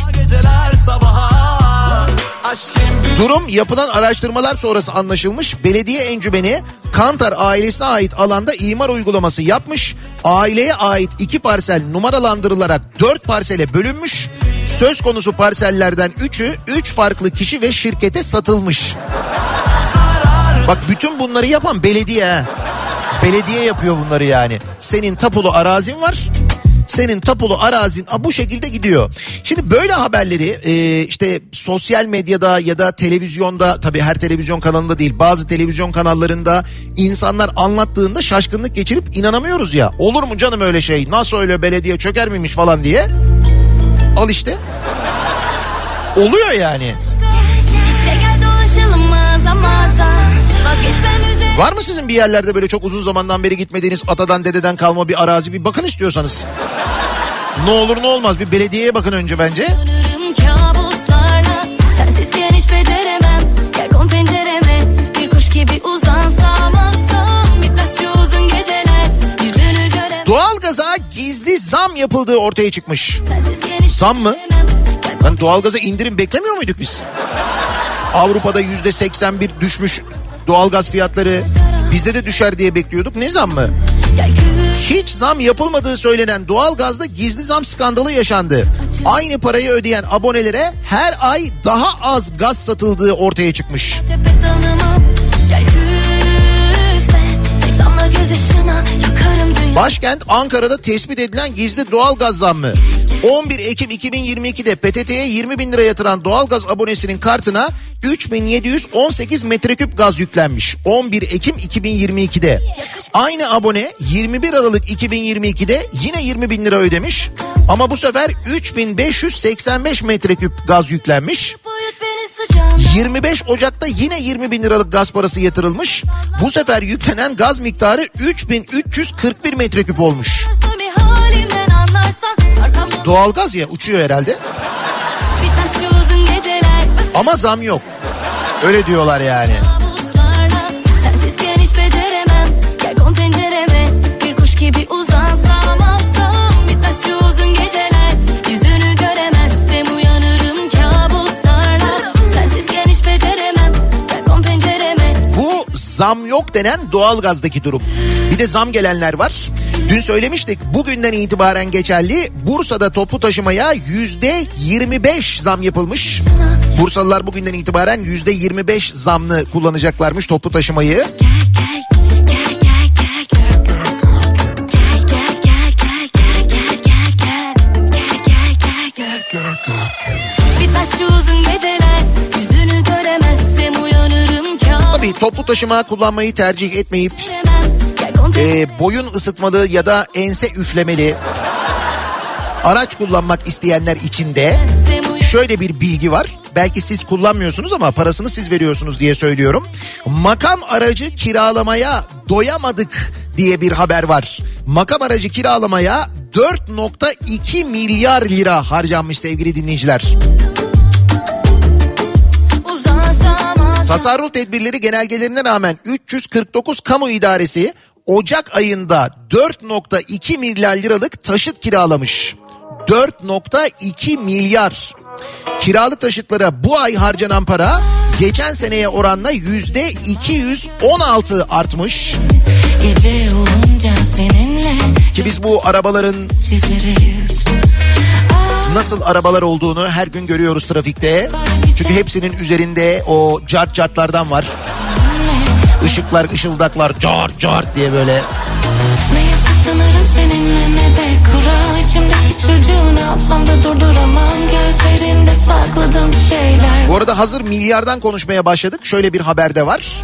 Durum yapılan araştırmalar sonrası anlaşılmış. Belediye encümeni Kantar ailesine ait alanda imar uygulaması yapmış. Aileye ait iki parsel numaralandırılarak dört parsele bölünmüş. Söz konusu parsellerden üçü üç farklı kişi ve şirkete satılmış. Bak bütün bunları yapan belediye. Belediye yapıyor bunları yani. Senin tapulu arazin var. Senin tapulu arazin bu şekilde gidiyor. Şimdi böyle haberleri e, işte sosyal medyada ya da televizyonda, tabii her televizyon kanalında değil, bazı televizyon kanallarında insanlar anlattığında şaşkınlık geçirip inanamıyoruz ya. Olur mu canım öyle şey? Nasıl öyle, belediye çöker miymiş falan diye. Al işte. Oluyor yani. Var mı sizin bir yerlerde böyle çok uzun zamandan beri gitmediğiniz atadan dededen kalma bir arazi, bir bakın istiyorsanız. Ne olur ne olmaz bir belediyeye bakın önce bence. Doğalgaza gizli zam yapıldığı ortaya çıkmış. Zam mı? Hani doğalgaza indirim beklemiyor muyduk biz? Avrupa'da yüzde seksen bir düşmüş doğalgaz fiyatları, bizde de düşer diye bekliyorduk. Ne zam mı? Hiç zam yapılmadığı söylenen doğalgazda gizli zam skandalı yaşandı. Aynı parayı ödeyen abonelere her ay daha az gaz satıldığı ortaya çıkmış. Başkent Ankara'da tespit edilen gizli doğalgaz zammı. on bir Ekim iki bin yirmi ikide P T T'ye yirmi bin lira yatıran doğalgaz abonesinin kartına üç bin yedi yüz on sekiz metreküp gaz yüklenmiş. on bir Ekim iki bin yirmi ikide. Aynı abone yirmi bir Aralık iki bin yirmi ikide yine yirmi bin lira ödemiş. Ama bu sefer üç bin beş yüz seksen beş metreküp gaz yüklenmiş. yirmi beş Ocak'ta yine yirmi bin liralık gaz parası yatırılmış. Bu sefer yüklenen gaz miktarı üç bin üç yüz kırk bir metreküp olmuş. Doğalgaz ya, uçuyor herhalde. Ama zam yok. Öyle diyorlar yani. Bu zam yok denen doğalgazdaki durum. Bir de zam gelenler var. Dün söylemiştik, bugünden itibaren geçerli. Bursa'da toplu taşımaya yüzde yirmi beş zam yapılmış. Bursalılar bugünden itibaren yüzde yirmi beş zamlı kullanacaklarmış toplu taşımayı. Tabii toplu taşıma kullanmayı tercih etmeyip e, boyun ısıtmalı ya da ense üflemeli araç kullanmak isteyenler için de şöyle bir bilgi var. Belki siz kullanmıyorsunuz ama parasını siz veriyorsunuz diye söylüyorum. Makam aracı kiralamaya doyamadık diye bir haber var. Makam aracı kiralamaya dört nokta iki milyar lira harcanmış sevgili dinleyiciler. Tasarruf tedbirleri genelgelerine rağmen üç yüz kırk dokuz kamu idaresi Ocak ayında dört nokta iki milyar liralık taşıt kiralamış. dört nokta iki milyar. Kiralık taşıtlara bu ay harcanan para geçen seneye oranla yüzde iki yüz on altı artmış. Gece olunca seninle ki biz bu arabaların çizeriz. Nasıl arabalar olduğunu her gün görüyoruz trafikte. Çünkü hepsinin üzerinde o cart cartlardan var. Işıklar, ışıldaklar, cart cart diye böyle. Neye saklanırım seninle ne de kural, içimdeki çocuğu ne yapsam da durduramam, gözlerimde sakladığım şeyler. Bu arada hazır milyardan konuşmaya başladık. Şöyle bir haber de var.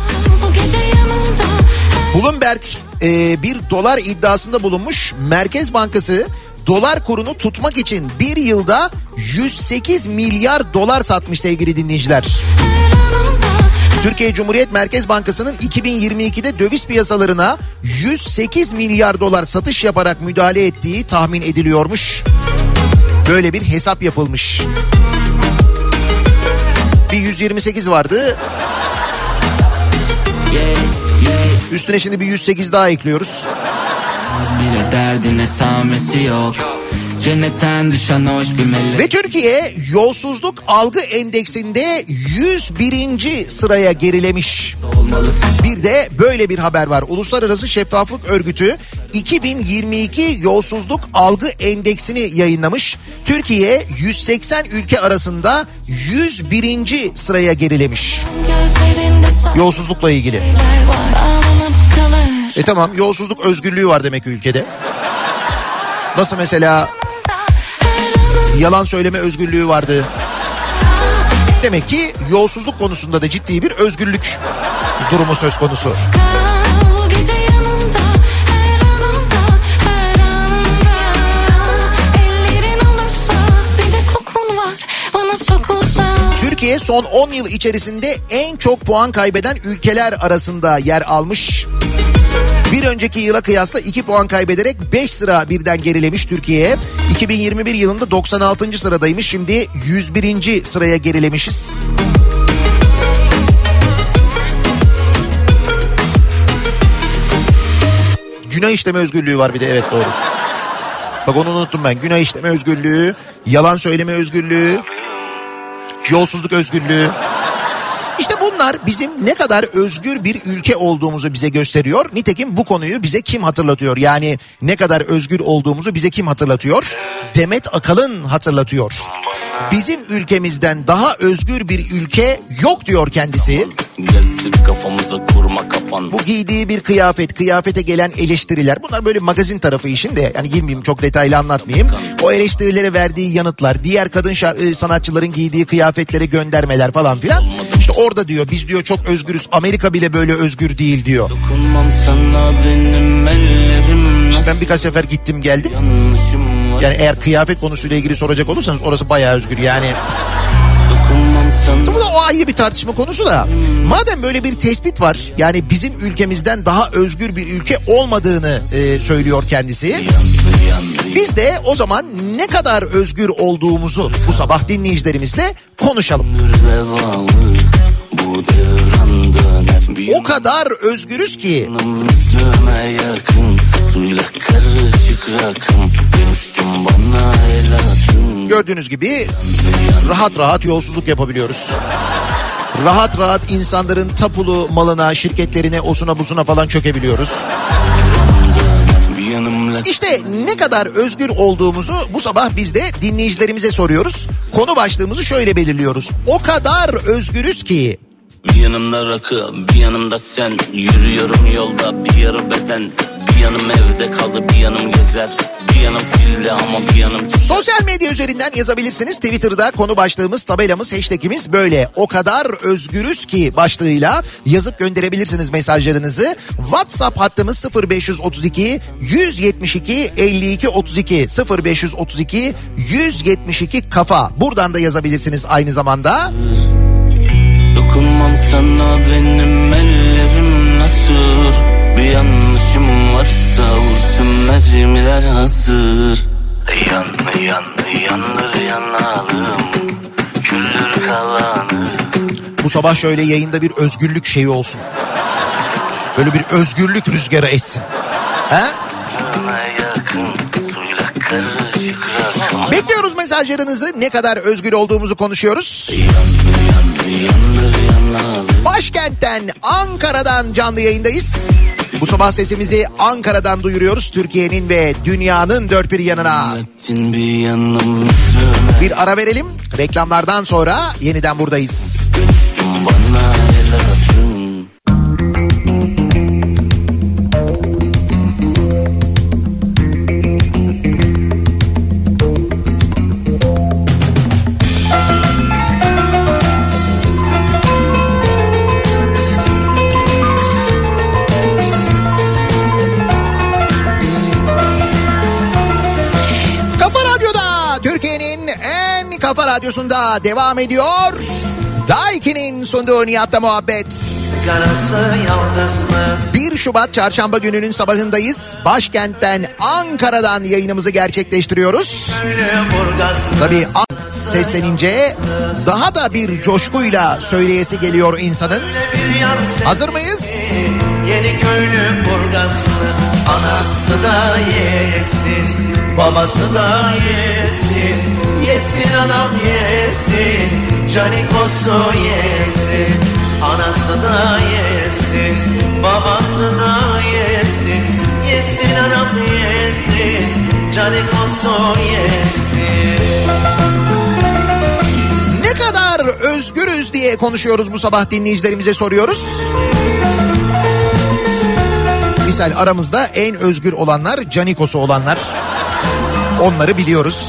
Bloomberg e, bir dolar iddiasında bulunmuş. Merkez Bankası dolar kurunu tutmak için bir yılda yüz sekiz milyar dolar satmış sevgili dinleyiciler. Türkiye Cumhuriyet Merkez Bankası'nın iki bin yirmi ikide döviz piyasalarına yüz sekiz milyar dolar satış yaparak müdahale ettiği tahmin ediliyormuş. Böyle bir hesap yapılmış. Bir yüz yirmi sekiz vardı. Üstüne şimdi bir yüz sekiz daha ekliyoruz. Bile derdin esamesi yok. Cennetten düşen hoş bir melek. Ve Türkiye yolsuzluk algı endeksinde yüz birinci sıraya gerilemiş. Bir de böyle bir haber var. Uluslararası Şeffaflık Örgütü iki bin yirmi iki yolsuzluk algı endeksini yayınlamış. Türkiye yüz seksen ülke arasında yüz birinci sıraya gerilemiş. Yolsuzlukla ilgili. E tamam, yolsuzluk özgürlüğü var demek ki ülkede. Nasıl mesela yalan söyleme özgürlüğü vardı. Demek ki yolsuzluk konusunda da ciddi bir özgürlük durumu söz konusu. Türkiye son on yıl içerisinde en çok puan kaybeden ülkeler arasında yer almış. Bir önceki yıla kıyasla iki puan kaybederek beş sıra birden gerilemiş Türkiye. iki bin yirmi bir yılında doksan altıncı sıradaymış. Şimdi yüz birinci sıraya gerilemişiz. Günah işleme özgürlüğü var bir de, evet doğru. Bak onu unuttum ben. Günah işleme özgürlüğü, yalan söyleme özgürlüğü, yolsuzluk özgürlüğü. İşte bunlar bizim ne kadar özgür bir ülke olduğumuzu bize gösteriyor. Nitekim bu konuyu bize kim hatırlatıyor? Yani ne kadar özgür olduğumuzu bize kim hatırlatıyor? Demet Akalın hatırlatıyor. Bizim ülkemizden daha özgür bir ülke yok diyor kendisi. Bu giydiği bir kıyafet, kıyafete gelen eleştiriler, bunlar böyle magazin tarafı işin de, yani girmeyeyim çok detaylı anlatmayayım. O eleştirilere verdiği yanıtlar, diğer kadın şarkı, sanatçıların giydiği kıyafetlere göndermeler falan filan. İşte orada diyor biz diyor çok özgürüz, Amerika bile böyle özgür değil diyor. İşte ben birkaç sefer gittim geldim. Yani eğer kıyafet konusuyla ilgili soracak olursanız orası bayağı özgür yani. Bu da o ayrı bir tartışma konusu da. Madem böyle bir tespit var, yani bizim ülkemizden daha özgür bir ülke olmadığını e, söylüyor kendisi. Biz de o zaman ne kadar özgür olduğumuzu bu sabah dinleyicilerimizle konuşalım. O kadar özgürüz ki. Gördüğünüz gibi rahat rahat yolsuzluk yapabiliyoruz. Rahat rahat insanların tapulu malına, şirketlerine, osuna busuna falan çökebiliyoruz. İşte ne kadar özgür olduğumuzu bu sabah biz de dinleyicilerimize soruyoruz. Konu başlığımızı şöyle belirliyoruz. O kadar özgürüz ki. Bir yanımda rakı, bir yanımda sen. Yürüyorum yolda, bir yarı beden. Bir yanım evde kaldı, bir yanım gezer. Bir yanım filli ama bir yanım çiçek. Sosyal medya üzerinden yazabilirsiniz. Twitter'da konu başlığımız, tabelamız, hashtagimiz böyle. O kadar özgürüz ki başlığıyla yazıp gönderebilirsiniz mesajlarınızı. WhatsApp hattımız sıfır beş otuz iki yüz yetmiş iki elli iki otuz iki sıfır beş otuz iki yüz yetmiş iki kafa. Buradan da yazabilirsiniz aynı zamanda. Dokunmam sana, benim ellerim nasır. Bir yanlışım varsa vursun, mermiler hazır. Yan yan yandır yanalım, küldür kalanı. Bu sabah şöyle yayında bir özgürlük şeyi olsun. Böyle bir özgürlük rüzgarı essin. He? Bekliyoruz mesajlarınızı. Ne kadar özgür olduğumuzu konuşuyoruz. Başkentten, Ankara'dan canlı yayındayız. Bu sabah sesimizi Ankara'dan duyuruyoruz. Türkiye'nin ve dünyanın dört bir yanına. Bir ara verelim. Reklamlardan sonra yeniden buradayız. Kafa Radyosu'nda devam ediyor. Daiki'nin sunduğu Nihat'la muhabbet. bir Şubat Çarşamba gününün sabahındayız. Başkentten, Ankara'dan yayınımızı gerçekleştiriyoruz. Tabii seslenince daha da bir coşkuyla söyleyesi geliyor insanın. Hazır mıyız? Yeni köylü Burgazlı, anası da yesin, babası da yesin. Yesin anam yesin, canikosu yesin. Anası da yesin, babası da yesin. yesin anam yesin, canikosu yesin. Ne kadar özgürüz diye konuşuyoruz bu sabah, dinleyicilerimize soruyoruz. Misal aramızda en özgür olanlar, canikosu olanlar. Onları biliyoruz.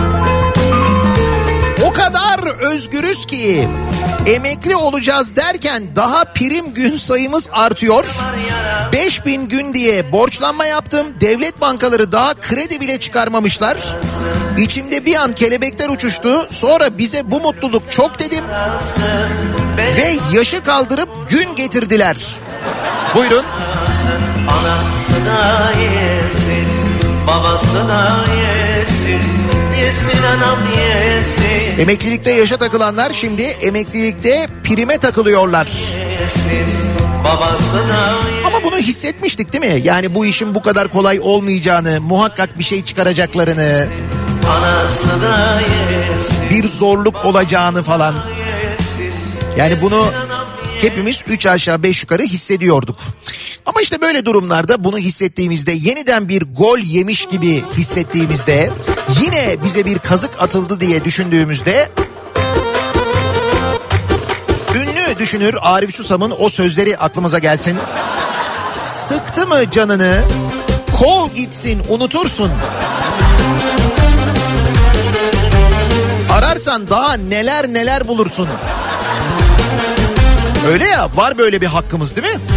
O kadar özgürüz ki emekli olacağız derken daha prim gün sayımız artıyor. beş bin gün diye borçlanma yaptım. Devlet bankaları daha kredi bile çıkarmamışlar. İçimde bir an kelebekler uçuştu. Sonra bize bu mutluluk çok dedim. Ve yaşı kaldırıp gün getirdiler. Buyurun. Anası da yesin, babası da yesin, yesin anam yesin. Emeklilikte yaşa takılanlar şimdi emeklilikte prime takılıyorlar. Yesin, babası da yesin. Ama bunu hissetmiştik değil mi? Yani bu işin bu kadar kolay olmayacağını, muhakkak bir şey çıkaracaklarını, Anası da yesin, bir zorluk olacağını falan. Yani bunu hepimiz üç aşağı beş yukarı hissediyorduk. Ama işte böyle durumlarda bunu hissettiğimizde, yeniden bir gol yemiş gibi hissettiğimizde, yine bize bir kazık atıldı diye düşündüğümüzde, ünlü düşünür Arif Susam'ın o sözleri aklımıza gelsin. Sıktı mı canını, kol gitsin unutursun. Ararsan daha neler neler bulursun. Öyle ya, var böyle bir hakkımız değil mi?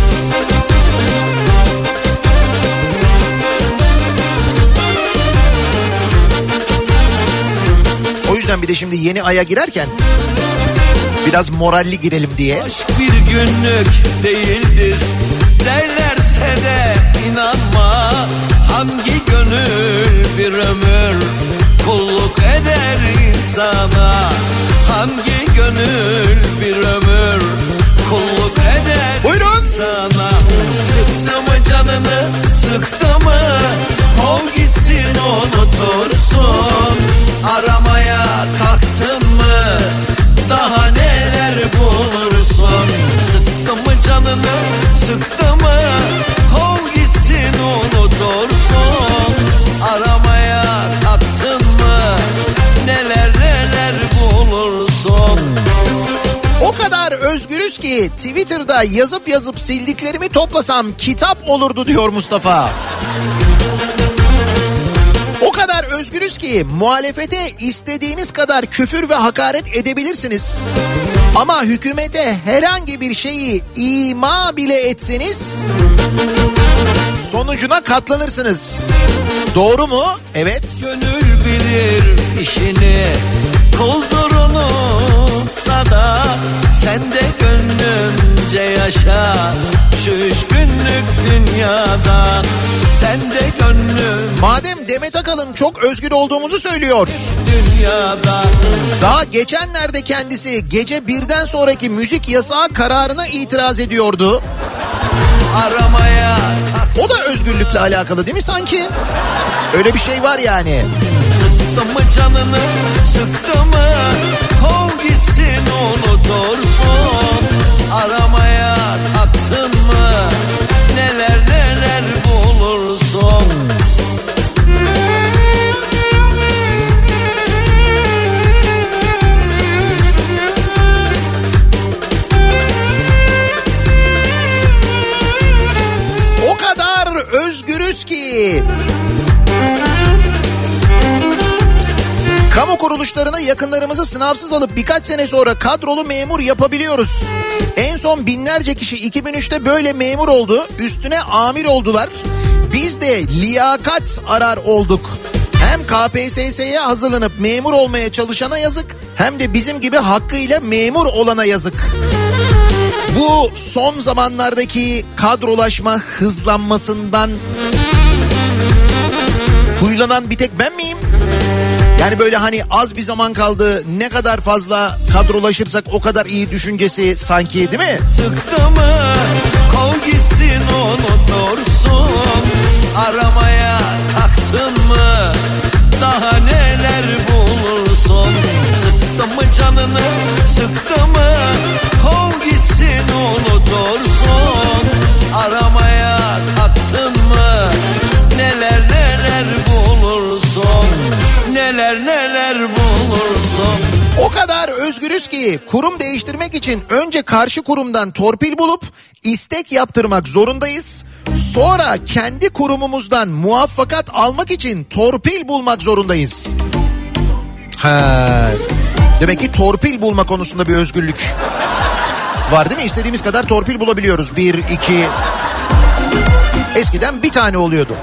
O yüzden bir de şimdi yeni aya girerken biraz moralli girelim diye. Aşk bir günlük değildir derlerse de inanma. Hangi gönül bir ömür kulluk eder insana? Hangi gönül bir ömür kulluk eder Buyurun. insana? Sıktı mı canını, sıktı mı? Kov gitsin unutursun. Aramaya kalktın mı? Daha neler bulursun? Sıktı mı canını, sıktı mı? Kov gitsin unutursun. Aramaya kalktın mı? Neler neler bulursun? O kadar özgürüz ki Twitter'da yazıp yazıp sildiklerimi toplasam kitap olurdu diyor Mustafa. O kadar özgürüz ki muhalefete istediğiniz kadar küfür ve hakaret edebilirsiniz. Ama hükümete herhangi bir şeyi ima bile etseniz sonucuna katlanırsınız. Doğru mu? Evet. Gönül bilir işini, kuldur unutsa da sen de gönlünce yaşa şu üç günlük dünyada. Sen de gönlün Madem Demet Akalın çok özgür olduğumuzu söylüyor. dünyada. Daha geçenlerde kendisi gece birden sonraki müzik yasağı kararına itiraz ediyordu. Aramaya O da özgürlükle alakalı değil mi sanki? Öyle bir şey var yani. sıktı mı canını, sıktı mı? Kov gitsin unutursun. Aramaya kalktın mı? Neler neler bulursun. O kadar özgürüz ki kamu kuruluşlarına yakınlarımızı sınavsız alıp birkaç sene sonra kadrolu memur yapabiliyoruz. En son binlerce kişi iki bin üçte böyle memur oldu. Üstüne amir oldular. Biz de liyakat arar olduk. Hem K P S S'ye hazırlanıp memur olmaya çalışana yazık, hem de bizim gibi hakkıyla memur olana yazık. Bu son zamanlardaki kadrolaşma hızlanmasından huylanan bir tek ben miyim? Yani böyle hani az bir zaman kaldı, ne kadar fazla kadrolaşırsak o kadar iyi düşüncesi sanki, değil mi? Sıktı mı? Kov gitsin unutursun. Aramaya kalktın mı? Daha neler bulursun? Sıktı mı canını? Sıktı mı? Kov gitsin unutursun. Aramaya kalktın mı? özgürüz ki kurum değiştirmek için önce karşı kurumdan torpil bulup istek yaptırmak zorundayız. Sonra kendi kurumumuzdan muvaffakat almak için torpil bulmak zorundayız. Ha, demek ki torpil bulma konusunda bir özgürlük var değil mi? İstediğimiz kadar torpil bulabiliyoruz. Bir, iki... Eskiden bir tane oluyordu.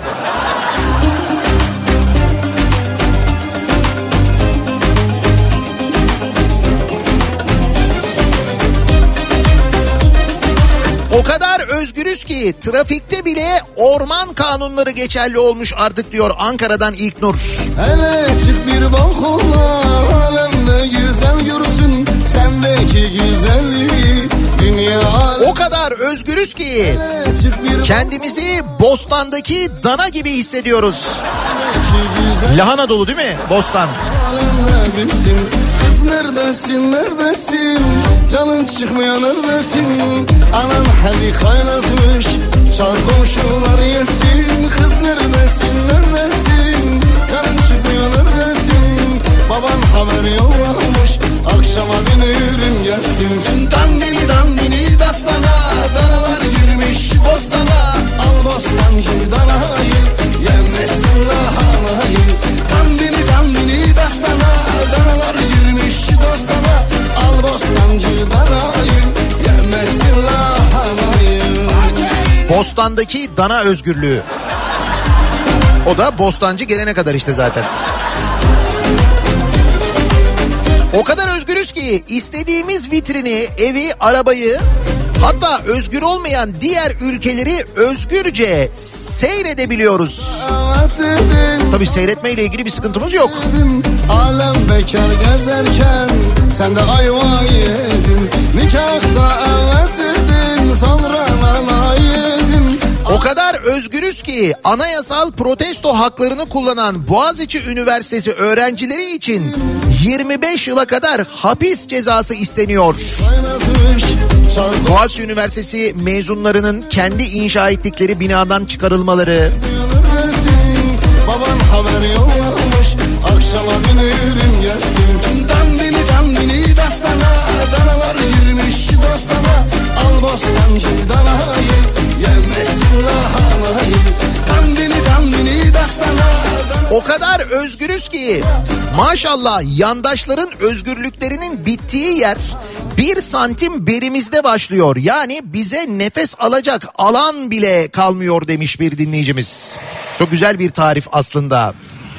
O kadar özgürüz ki trafikte bile orman kanunları geçerli olmuş artık diyor Ankara'dan İlknur. Hele çık bir balkona, alemde güzel görsün sendeki güzelliği. Dünya o kadar özgürüz ki kendimizi Bostan'daki dana gibi hissediyoruz. Lahana dolu değil mi Bostan? Kız neredesin neredesin, canın çıkmıyor neredesin, anan hadi kaynatmış çal komşular yesin. Kız neredesin neredesin, canın çıkmıyor neredesin, baban haber yollamış akşama dönürüm gelsin. Dandini dandini dastana, danalar girmiş bostana, al bostancı danayı yemesin lahanayı. Dandini dandini dastana, danalar girmiş dostana, al bostancı danayı yemesin lahanayı. Bostan'daki dana özgürlüğü. O da bostancı gelene kadar işte zaten. O kadar özgürüz ki istediğimiz vitrini, evi, arabayı, hatta özgür olmayan diğer ülkeleri özgürce seyredebiliyoruz. Tabii seyretmeyle ilgili bir sıkıntımız yok. Alem bekar gezerken sen de ayva yedin, nikahta evet dedin, sonra nana yedin. O kadar özgürüz ki anayasal protesto haklarını kullanan Boğaziçi Üniversitesi öğrencileri için yirmi beş yıla kadar hapis cezası isteniyor. Boğaziçi Üniversitesi mezunlarının kendi inşa ettikleri binadan çıkarılmaları. Baban haber yollamış akşama dönürüm gelsin. Dandini dandini dastana, danalar girmiş dostana, al bostancı danayı yemesin lahanayı. Dandini dandini dastana. O kadar özgürüz ki maşallah yandaşların özgürlüklerinin bittiği yer bir santim berimizde başlıyor. Yani bize nefes alacak alan bile kalmıyor demiş bir dinleyicimiz. Çok güzel bir tarif aslında.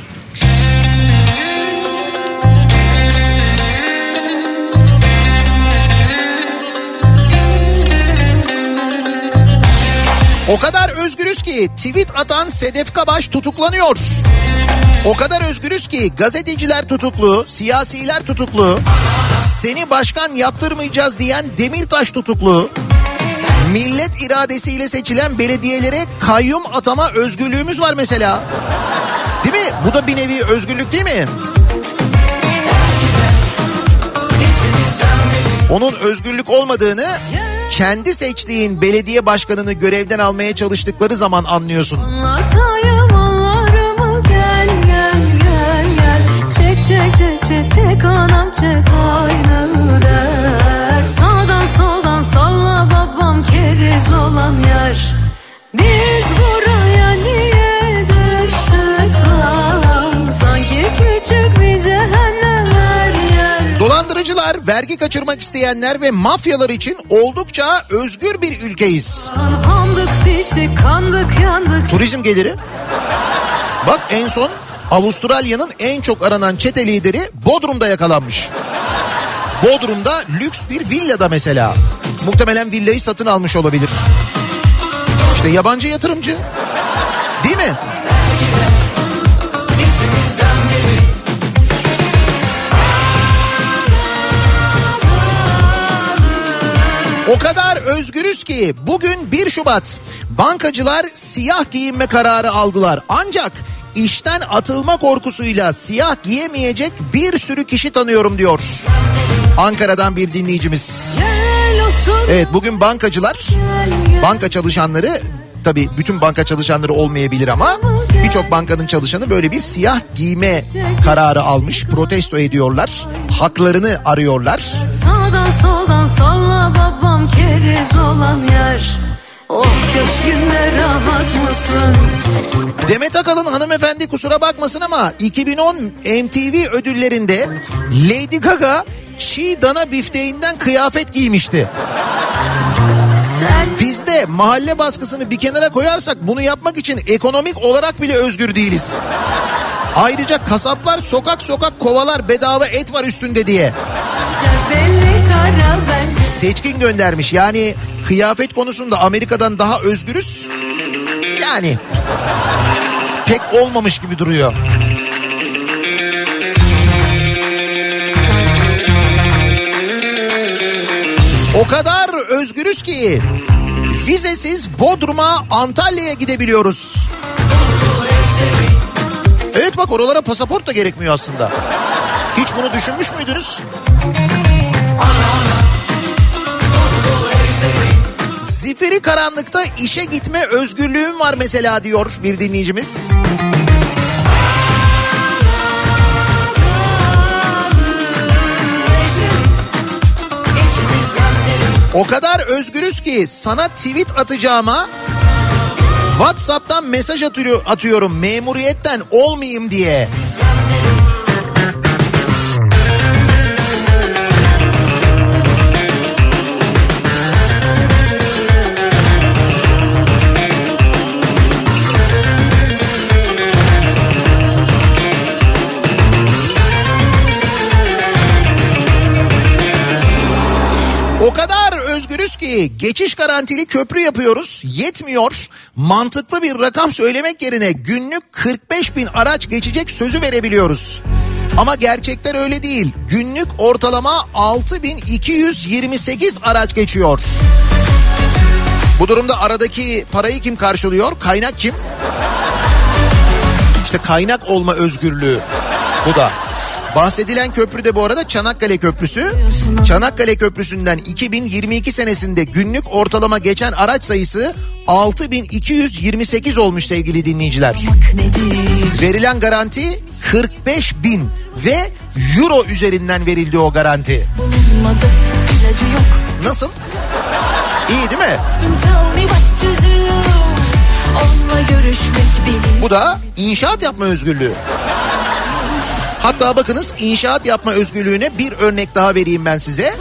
O kadar özgürüz ki tweet atan Sedef Kabaş tutuklanıyor. O kadar özgürüz ki gazeteciler tutuklu, siyasiler tutuklu, seni başkan yaptırmayacağız diyen Demirtaş tutuklu. Millet iradesiyle seçilen belediyelere kayyum atama özgürlüğümüz var mesela. Değil mi? Bu da bir nevi özgürlük değil mi? Onun özgürlük olmadığını kendi seçtiğin belediye başkanını görevden almaya çalıştıkları zaman anlıyorsun. Anlatayım anlarımı gel gel gel gel. Çek çek çek çek çek anam çek aynı der. Sağdan soldan salla babam keriz olan yer. Biz buraya niye düştük lan? Sanki küçük bir cehennem her yer. Dolandırıcılar, vergi kaçırmak isteyenler ve mafyalar için oldukça özgür bir ülkeyiz. Handık piştik kandık yandık. Turizm geliri. Bak en son Avustralya'nın en çok aranan çete lideri Bodrum'da yakalanmış. Bodrum'da lüks bir villada mesela. Muhtemelen villayı satın almış olabilir. İşte yabancı yatırımcı. Değil mi? O kadar özgürüz ki bugün bir Şubat bankacılar siyah giyinme kararı aldılar. Ancak işten atılma korkusuyla siyah giyemeyecek bir sürü kişi tanıyorum diyor. Ankara'dan bir dinleyicimiz. Evet, bugün bankacılar, banka çalışanları tabii bütün banka çalışanları olmayabilir ama birçok bankanın çalışanı böyle bir siyah giyme kararı almış. Protesto ediyorlar. Haklarını arıyorlar. Sağdan soldan salla babam keriz olan yer. Oh köşkünde rahat mısın? Demet Akalın hanımefendi kusura bakmasın ama iki bin on M T V ödüllerinde Lady Gaga çiğ dana bifteğinden kıyafet giymişti. Biz de mahalle baskısını bir kenara koyarsak bunu yapmak için ekonomik olarak bile özgür değiliz. Ayrıca kasaplar sokak sokak kovalar bedava et var üstünde diye. Seçkin göndermiş, yani kıyafet konusunda Amerika'dan daha özgürüz. Yani pek olmamış gibi duruyor. O kadar özgürüz ki vizesiz Bodrum'a, Antalya'ya gidebiliyoruz. Evet bak, oralara pasaport da gerekmiyor aslında. Hiç bunu düşünmüş müydünüz? Zifiri karanlıkta işe gitme özgürlüğüm var mesela diyor bir dinleyicimiz. O kadar özgürüz ki sana tweet atacağıma WhatsApp'tan mesaj atıyor, atıyorum memuriyetten olmayayım diye. O kadar özgürüz ki geçiş garantili köprü yapıyoruz, yetmiyor. Mantıklı bir rakam söylemek yerine günlük kırk beş bin araç geçecek sözü verebiliyoruz. Ama gerçekler öyle değil. Günlük ortalama altı bin iki yüz yirmi sekiz araç geçiyor. Bu durumda aradaki parayı kim karşılıyor? Kaynak kim? İşte kaynak olma özgürlüğü bu da. Bahsedilen köprü de bu arada Çanakkale Köprüsü. Çanakkale Köprüsü'nden iki bin yirmi iki senesinde günlük ortalama geçen araç sayısı altı bin iki yüz yirmi sekiz olmuş sevgili dinleyiciler. Verilen garanti kırk beş bin ve euro üzerinden verildi o garanti. Nasıl? İyi değil mi? Bu da inşaat yapma özgürlüğü. Hatta bakınız, inşaat yapma özgürlüğüne bir örnek daha vereyim ben size.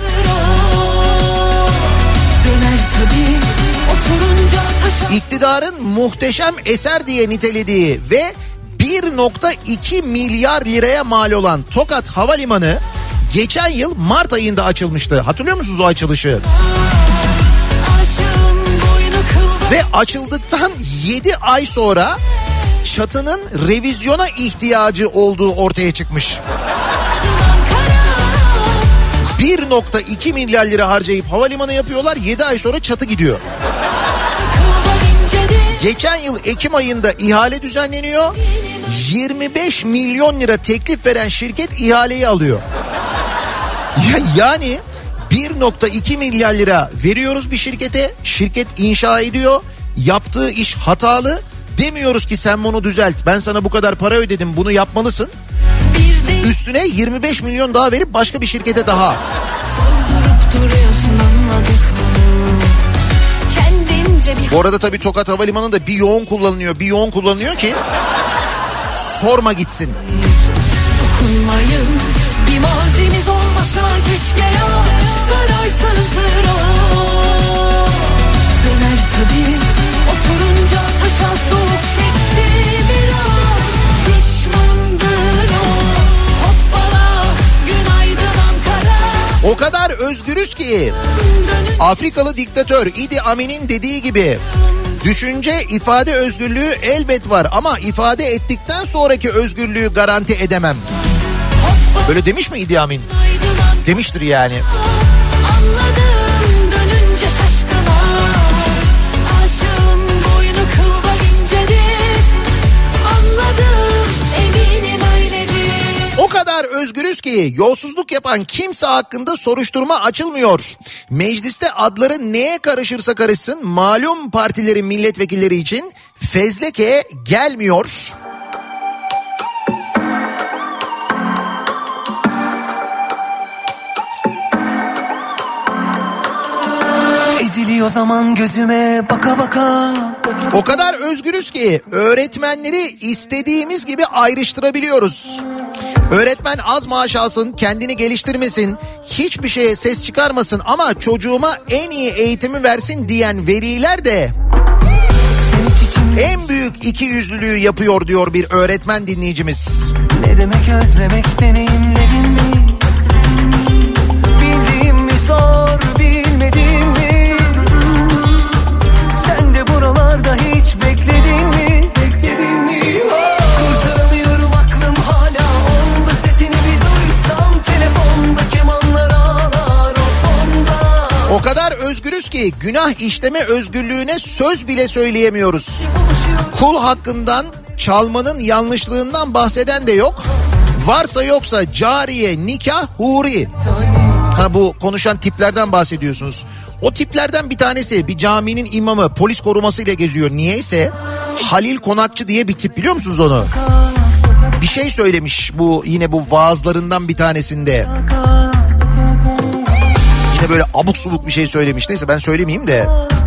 İktidarın muhteşem eser diye nitelediği ve bir nokta iki milyar liraya mal olan Tokat Havalimanı geçen yıl Mart ayında açılmıştı. Hatırlıyor musunuz o açılışı? Ve açıldıktan yedi ay sonra çatının revizyona ihtiyacı olduğu ortaya çıkmış. bir nokta iki milyar lira harcayıp havalimanı yapıyorlar, yedi ay sonra çatı gidiyor. Geçen yıl Ekim ayında ihale düzenleniyor. yirmi beş milyon lira teklif veren şirket ihaleyi alıyor. Yani bir nokta iki milyar lira veriyoruz bir şirkete. Şirket inşa ediyor. Yaptığı iş hatalı. Demiyoruz ki sen bunu düzelt, ben sana bu kadar para ödedim, bunu yapmalısın. Üstüne yirmi beş milyon daha verip başka bir şirkete daha. Bu arada tabii Tokat Havalimanı'nda bir yoğun kullanılıyor, bir yoğun kullanılıyor ki sorma gitsin. Dokunmayın, bir mazimiz olmasa keşke ya, zararsızdır o. Döner tabii, oturunca taşa soğuk çekti biraz. Pişmandır o, hoppala, günaydın Ankara. O kadar özgürüz ki Afrikalı diktatör Idi Amin'in dediği gibi düşünce, ifade özgürlüğü elbet var ama ifade ettikten sonraki özgürlüğü garanti edemem. Böyle demiş mi Idi Amin? Demiştir yani. Anladım dönünce şaşkına, aşığın boynu kıldan incedir. Anladım eminim öyledir. O kadar özgürüz ki ki yolsuzluk yapan kimse hakkında soruşturma açılmıyor. Mecliste adları neye karışırsa karışsın malum partilerin milletvekilleri için fezleke gelmiyor. Eziliyor zaman gözüme baka baka. O kadar özgürüz ki öğretmenleri istediğimiz gibi ayrıştırabiliyoruz. Öğretmen az maaş alsın, kendini geliştirmesin, hiçbir şeye ses çıkarmasın ama çocuğuma en iyi eğitimi versin diyen veliler de en büyük ikiyüzlülüğü yapıyor diyor bir öğretmen dinleyicimiz. Ne demek özlemek deneyimledin mi? Bildiğim mi zor bilmedin mi? Sen de buralarda hiç bekledin mi? Bekledin mi? Kurtaramıyorum aklım hala onda. Sesini bir duysam telefonda kemanlar ağlar o fonda. O kadar özgürüz ki günah işleme özgürlüğüne söz bile söyleyemiyoruz. Kul hakkından, çalmanın yanlışlığından bahseden de yok. Varsa yoksa cariye, nikah, huri. Ha, bu konuşan tiplerden bahsediyorsunuz. O tiplerden bir tanesi, bir caminin imamı, polis korumasıyla geziyor. Niyeyse Halil Konakçı diye bir tip, biliyor musunuz onu? Bir şey söylemiş bu yine bu vaazlarından bir tanesinde. Yine böyle abuk subuk bir şey söylemiş. Neyse ben söylemeyeyim de.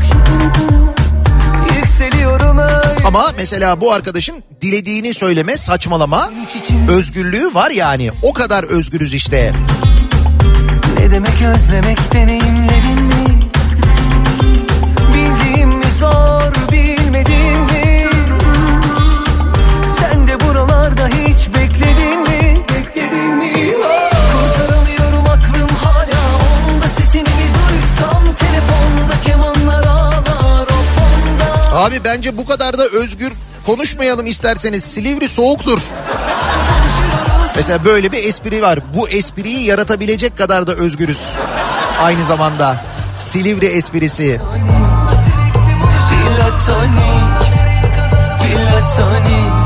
Ama mesela bu arkadaşın dilediğini söyleme, saçmalama özgürlüğü var yani. O kadar özgürüz işte. Ne demek özlemek deneyimledin mi? Bildiğim mi zor bilmedin mi? Sen de buralarda hiç bekledin mi? Bekledin mi? Kurtaramıyorum aklım hala onda. Sesini bir duysam telefonda kemanlar ağlar o fonda. Abi bence bu kadar da özgür konuşmayalım isterseniz. Silivri soğuktur. Mesela böyle bir espri var. Bu espriyi yaratabilecek kadar da özgürüz. Aynı zamanda Silivri esprisi. Platonik, platonik.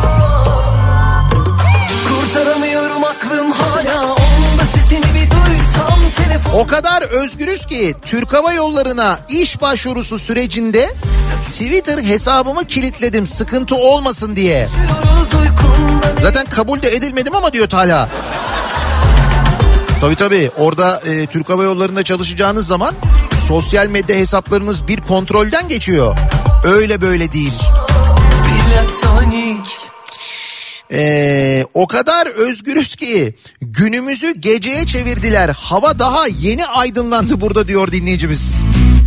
Kurtaramıyorum aklım hala onda. Sesini bir duysam telefon. O kadar özgürüz ki Türk Hava Yolları'na iş başvurusu sürecinde Twitter hesabımı kilitledim sıkıntı olmasın diye. Zaten kabul de edilmedim ama diyor Talha. Tabii tabii orada e, Türk Hava Yolları'nda çalışacağınız zaman sosyal medya hesaplarınız bir kontrolden geçiyor. Öyle böyle değil. Ee, o kadar özgürüz ki günümüzü geceye çevirdiler. Hava daha yeni aydınlandı burada diyor dinleyicimiz.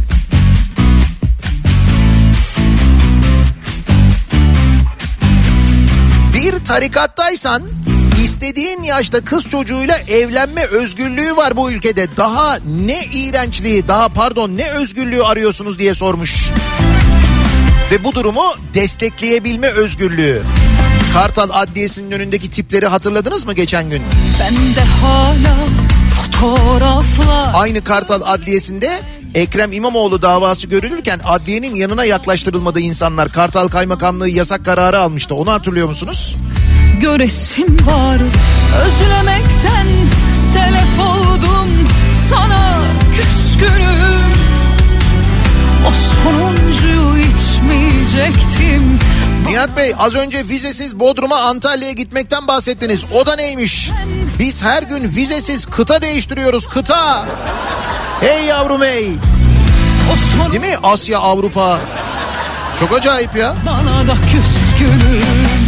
Bir tarikattaysan istediğin yaşta kız çocuğuyla evlenme özgürlüğü var bu ülkede. Daha ne iğrençliği, daha pardon ne özgürlüğü arıyorsunuz diye sormuş. Ve bu durumu destekleyebilme özgürlüğü. Kartal Adliyesi'nin önündeki tipleri hatırladınız mı geçen gün? Bende hala fotoğraflar. Aynı Kartal Adliyesi'nde Ekrem İmamoğlu davası görülürken adliyenin yanına yaklaştırılmadı insanlar. Kartal Kaymakamlığı yasak kararı almıştı. Onu hatırlıyor musunuz? Göresim var özlemekten telef oldum sana küskünüm. O sonuncuyu içmeyecektim. Nihat Bey az önce vizesiz Bodrum'a Antalya'ya gitmekten bahsettiniz. O da neymiş? Biz her gün vizesiz kıta değiştiriyoruz kıta. Hey yavrum hey. Değil mi? Asya, Avrupa. Çok acayip ya. Bana da küskünüm.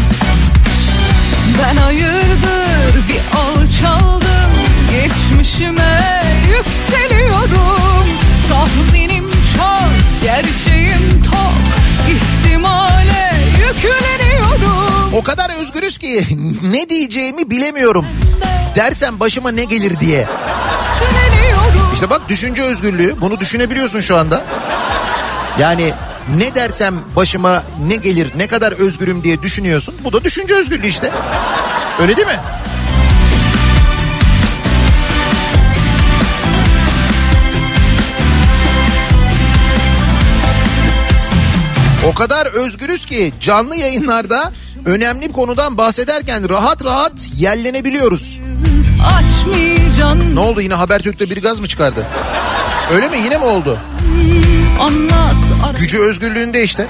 Ben hayırdır bir alçaldım. Geçmişime yükseliyorum. Tahminim çok, gerçeğim tok. İhtimale yükleniyorum. O kadar özgürüz ki ne diyeceğimi bilemiyorum. Dersen başıma ne gelir diye. İşte bak düşünce özgürlüğü, bunu düşünebiliyorsun şu anda. Yani ne dersem başıma ne gelir, ne kadar özgürüm diye düşünüyorsun. Bu da düşünce özgürlüğü işte. Öyle değil mi? O kadar özgürüz ki canlı yayınlarda önemli bir konudan bahsederken rahat rahat yellenebiliyoruz. açmayacaksın. Ne oldu, yine Habertürk'te bir gaz mı çıkardı? Öyle mi, yine mi oldu? Anlat. Gücü özgürlüğünde işte.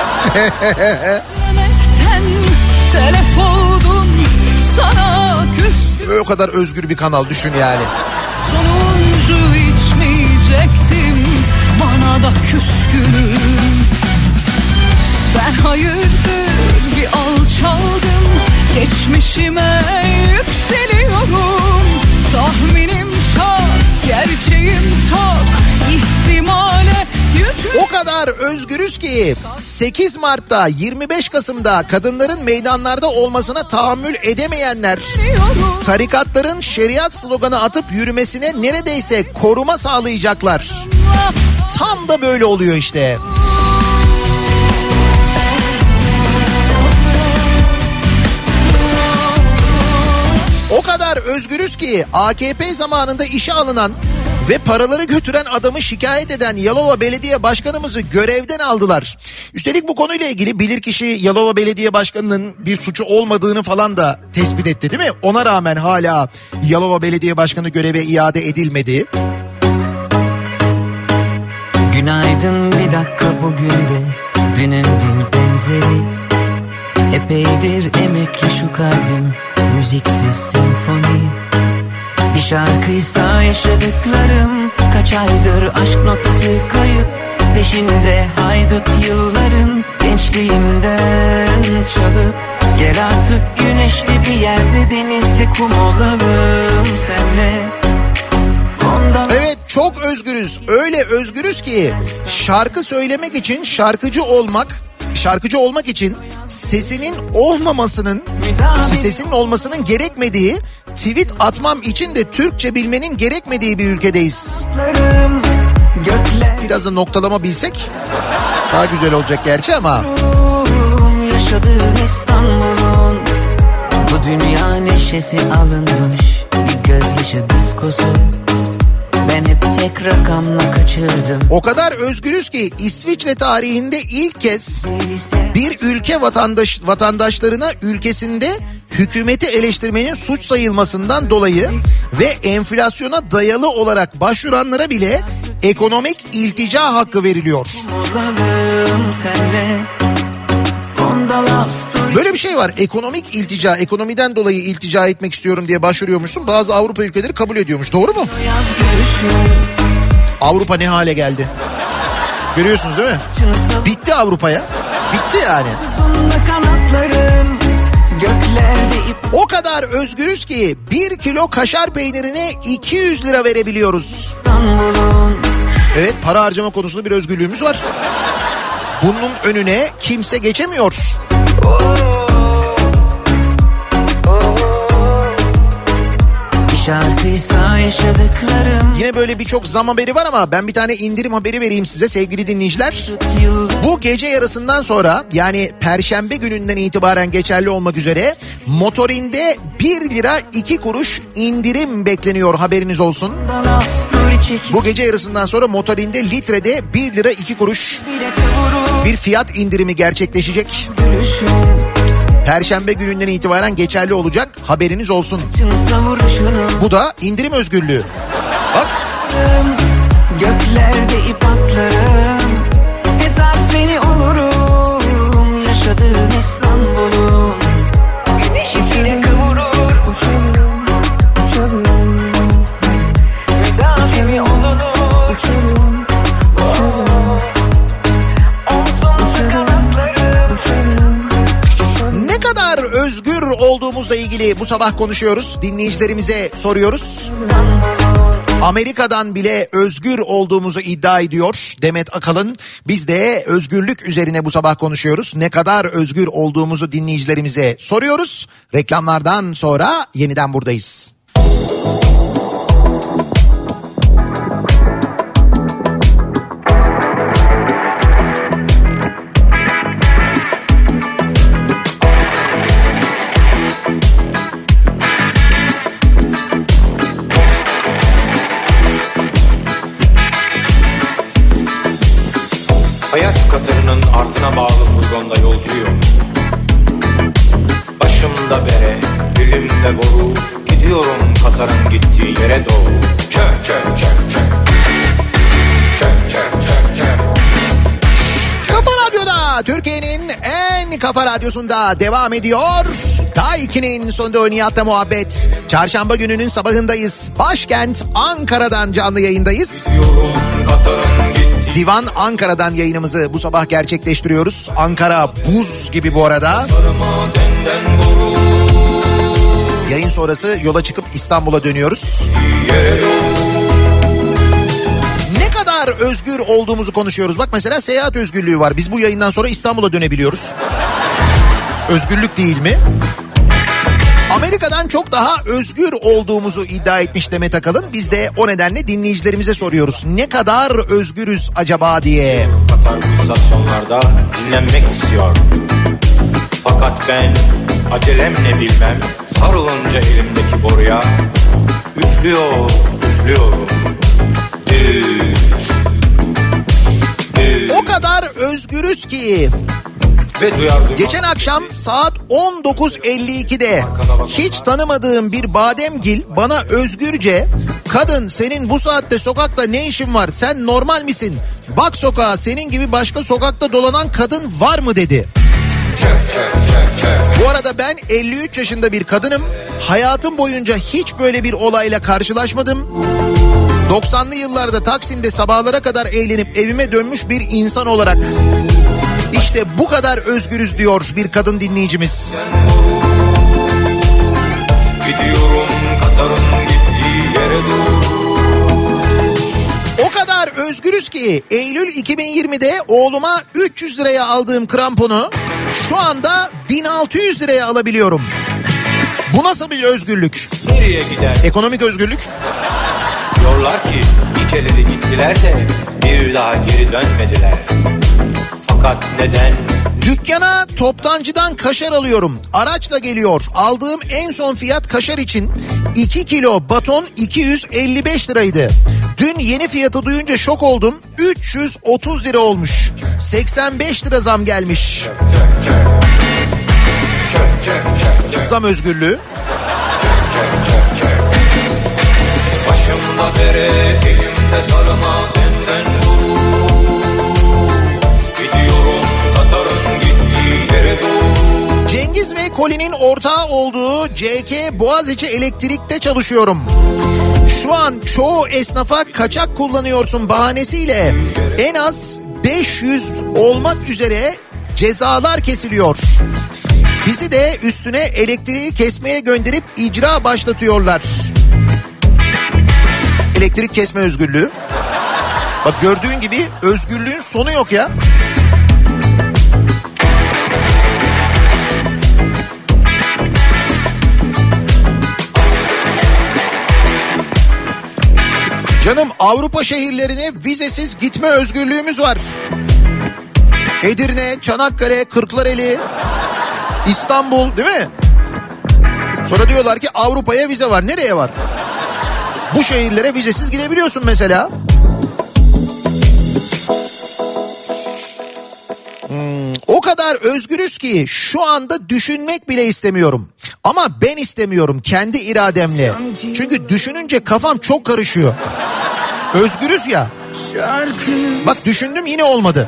Telef oldum sana küstüm. O kadar özgür bir kanal düşün yani. Sonuncu içmeyecektim, bana da küskünüm. Ben hayırdır bir alçaldım, geçmişime yükseliyorum. Tahminim çok, gerçeğim tok, ihtimale yük. O kadar özgürüz ki sekiz Mart'ta yirmi beş Kasım'da kadınların meydanlarda olmasına tahammül edemeyenler tarikatların şeriat sloganı atıp yürümesine neredeyse koruma sağlayacaklar. Tam da böyle oluyor işte. O kadar özgürüz ki A K P zamanında işe alınan ve paraları götüren adamı şikayet eden Yalova Belediye Başkanımızı görevden aldılar. Üstelik bu konuyla ilgili bilirkişi Yalova Belediye Başkanı'nın bir suçu olmadığını falan da tespit etti, değil mi? Ona rağmen hala Yalova Belediye Başkanı göreve iade edilmedi. Günaydın, bir dakika bugün de dünün bir benzeri. Epeydir emekli şu kalbim, müziksiz senfoni. Bir şarkıysa yaşadıklarım, kaç aydır aşk notası kayıp. Peşinde haydut yılların, gençliğimden çalıp. Gel artık güneşli bir yerde, denizli kum olalım senle. Fonda... Evet, çok özgürüz, öyle özgürüz ki şarkı söylemek için şarkıcı olmak, şarkıcı olmak için sesinin olmamasının, sesinin olmasının gerekmediği, tweet atmam için de Türkçe bilmenin gerekmediği bir ülkedeyiz. Biraz da noktalama bilsek daha güzel olacak gerçi ama. Yaşadığın İstanbul'un bu dünya neşesi alınmış bir gözyaşı diskosu. Ben hep tek rakamla kaçırdım. O kadar özgürüz ki İsviçre tarihinde ilk kez bir ülke vatandaş vatandaşlarına ülkesinde hükümeti eleştirmenin suç sayılmasından dolayı ve enflasyona dayalı olarak başvuranlara bile ekonomik iltica hakkı veriliyor. Böyle bir şey var, ekonomik iltica, ekonomiden dolayı iltica etmek istiyorum diye başvuruyormuşsun. Bazı Avrupa ülkeleri kabul ediyormuş, doğru mu? Avrupa ne hale geldi? Görüyorsunuz değil mi? Bitti Avrupa'ya. Bitti yani. O kadar özgürüz ki bir kilo kaşar peynirine iki yüz lira verebiliyoruz. Evet, para harcama konusunda bir özgürlüğümüz var. Bunun önüne kimse geçemiyor. Şarkıysa yaşadıklarım. Yine böyle birçok zam haberi var ama ben bir tane indirim haberi vereyim size sevgili dinleyiciler. Bu gece yarısından sonra, yani Perşembe gününden itibaren geçerli olmak üzere motorinde bir lira iki kuruş indirim bekleniyor, haberiniz olsun. Bu gece yarısından sonra motorinde litrede bir lira iki kuruş bir fiyat indirimi gerçekleşecek. Perşembe gününden itibaren geçerli olacak, haberiniz olsun. Bu da indirim özgürlüğü. Bak. Göklerde ip atlarım, ezafeni olurum, yaşadığım İstanbul'um. Güneş içine kıvırır, uçarım, uçarım. Müdafimi olurum, uçarım, uçarım. Omzumda kanatlarım, uçarım. Ne kadar özgür olduğumuzla ilgili bu sabah konuşuyoruz. Dinleyicilerimize soruyoruz. Amerika'dan bile özgür olduğumuzu iddia ediyor Demet Akalın. Biz de özgürlük üzerine bu sabah konuşuyoruz. Ne kadar özgür olduğumuzu dinleyicilerimize soruyoruz. Reklamlardan sonra yeniden buradayız. Hayat katırının ardına bağlı furgonda yolcuyum. Başımda bere, dilimde boru, Gidiyorum Katar'ın gittiği yere doğru. Çök çök çök çök. Çök çök çök çök. Kafa Radyo'da, Türkiye'nin en kafa radyosunda devam ediyor. K iki'nin sonunda Nihat'la muhabbet. Çarşamba gününün sabahındayız. Başkent Ankara'dan canlı yayındayız. Divan Ankara'dan yayınımızı bu sabah gerçekleştiriyoruz. Ankara buz gibi bu arada. Yayın sonrası yola çıkıp İstanbul'a dönüyoruz. Ne kadar özgür olduğumuzu konuşuyoruz. Bak mesela seyahat özgürlüğü var. Biz bu yayından sonra İstanbul'a dönebiliyoruz. Özgürlük değil mi? Amerika'dan çok daha özgür olduğumuzu iddia etmiş Demet Akalın. Biz de o nedenle dinleyicilerimize soruyoruz. Ne kadar özgürüz acaba diye. Katar bu istasyonlarda dinlenmek istiyor. Fakat ben acelem ne bilmem. Sarılınca elimdeki boruya üflüyor, üflüyorum. Düt, düt. O kadar özgürüz ki. Geçen akşam saat on dokuz elli iki'de hiç tanımadığım bir bademgil bana özgürce "Kadın, senin bu saatte sokakta ne işin var? Sen normal misin? Bak sokağa, senin gibi başka sokakta dolanan kadın var mı?" dedi. Bu arada ben elli üç yaşında bir kadınım. Hayatım boyunca hiç böyle bir olayla karşılaşmadım. doksanlı yıllarda Taksim'de sabahlara kadar eğlenip evime dönmüş bir insan olarak İşte bu kadar özgürüz diyor bir kadın dinleyicimiz. Gidiyorum Katar'ın gittiği yere doğru. O kadar özgürüz ki Eylül iki bin yirmi'de oğluma üç yüz liraya aldığım kramponu şu anda bin altı yüz liraya alabiliyorum. Bu nasıl bir özgürlük? Nereye gider? Ekonomik özgürlük. Diyorlar ki niceleri gittiler de bir daha geri dönmediler. Fakat neden? Dükkana toptancıdan kaşar alıyorum. Araçla geliyor. Aldığım en son fiyat kaşar için iki kilo baton iki yüz elli beş liraydı. Dün yeni fiyatı duyunca şok oldum. üç yüz otuz lira olmuş. seksen beş lira zam gelmiş. Zam özgürlüğü. Başımda bere, elimde sarıma, denden Cengiz ve Colin'in ortağı olduğu C K Boğaziçi Elektrik'te çalışıyorum. Şu an çoğu esnafa kaçak kullanıyorsun bahanesiyle en az beş yüz olmak üzere cezalar kesiliyor. Bizi de üstüne elektriği kesmeye gönderip icra başlatıyorlar. Elektrik kesme özgürlüğü. Bak gördüğün gibi özgürlüğün sonu yok ya. Canım, Avrupa şehirlerine vizesiz gitme özgürlüğümüz var. Edirne, Çanakkale, Kırklareli, İstanbul, değil mi? Sonra diyorlar ki Avrupa'ya vize var. Nereye var? Bu şehirlere vizesiz gidebiliyorsun mesela. Hmm, o kadar özgürüz ki şu anda düşünmek bile istemiyorum. Ama ben istemiyorum kendi irademle. Çünkü düşününce kafam çok karışıyor. Özgürüz ya. Bak düşündüm yine olmadı.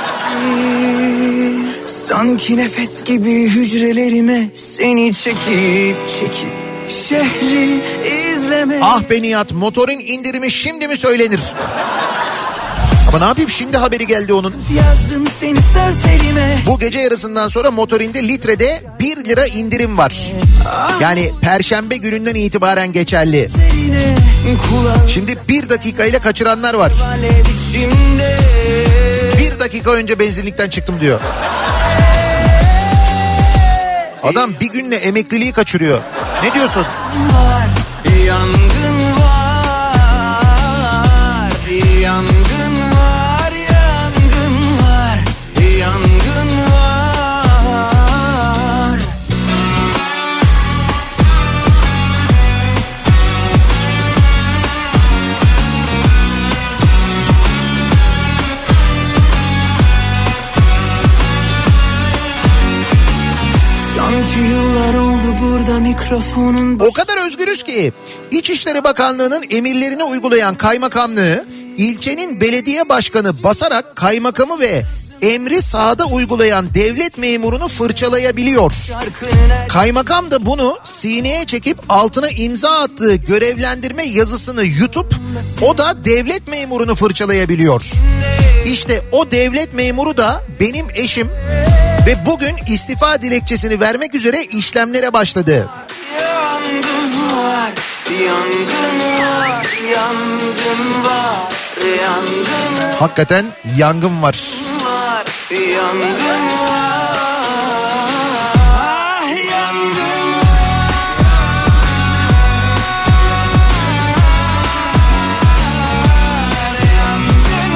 Sanki nefes gibi hücrelerime seni çekip çekip şehri izleme. Ah be Nihat, motorin indirimi şimdi mi söylenir? Ama ne yapayım, şimdi haberi geldi onun. Yazdım seni sözlerime. Bu gece yarısından sonra motorinde litrede bir lira indirim var. Yani perşembe gününden itibaren geçerli. Şimdi bir dakikayla kaçıranlar var. Bir dakika önce benzinlikten çıktım diyor. Adam bir günle emekliliği kaçırıyor. Ne diyorsun? Var, yangın var, yangın var, yangın var, yangın var. Sanki yıllar oldu bu burada mikrofonun... O kadar özgürüz ki İçişleri Bakanlığı'nın emirlerini uygulayan kaymakamlığı ilçenin belediye başkanı basarak kaymakamı ve emri sahada uygulayan devlet memurunu fırçalayabiliyor. Kaymakam da bunu sineye çekip altına imza attığı görevlendirme yazısını yutup o da devlet memurunu fırçalayabiliyor. İşte o devlet memuru da benim eşim ve bugün istifa dilekçesini vermek üzere işlemlere başladı. Yangın var, yangın var, yangın var, yangın var. Hakikaten yangın var. Var, yangın var. Ah, yangın var. Yangın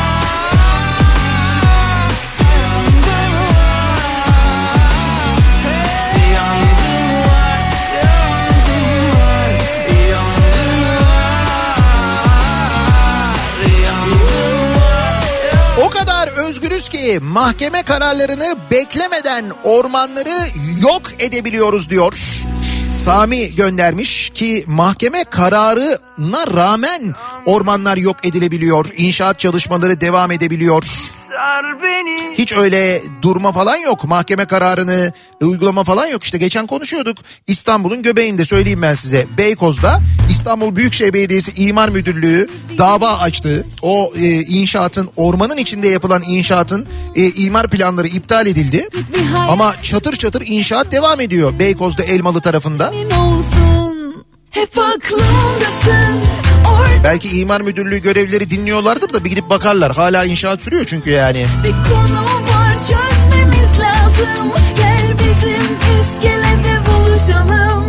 O kadar özgürüz ki mahkeme kararlarını beklemeden ormanları yok edebiliyoruz diyor. Sami göndermiş ki mahkeme kararına rağmen ormanlar yok edilebiliyor. İnşaat çalışmaları devam edebiliyor. Hiç öyle durma falan yok. Mahkeme kararını uygulama falan yok. İşte geçen konuşuyorduk. İstanbul'un göbeğinde, söyleyeyim ben size. Beykoz'da İstanbul Büyükşehir Belediyesi İmar Müdürlüğü dava açtı. O e, inşaatın, ormanın içinde yapılan inşaatın e, imar planları iptal edildi. Ama çatır çatır inşaat devam ediyor Beykoz'da, Elmalı tarafında. Olsun, hep aklımdasın. Belki imar müdürlüğü görevlileri dinliyorlardır da bir gidip bakarlar. Hala inşaat sürüyor çünkü yani. Bir konu var, çözmemiz lazım. Gel bizim iskelede buluşalım.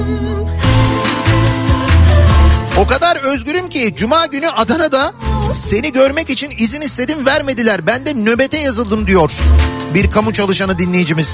O kadar özgürüm ki Cuma günü Adana'da seni görmek için izin istedim, vermediler. Ben de nöbete yazıldım diyor bir kamu çalışanı dinleyicimiz.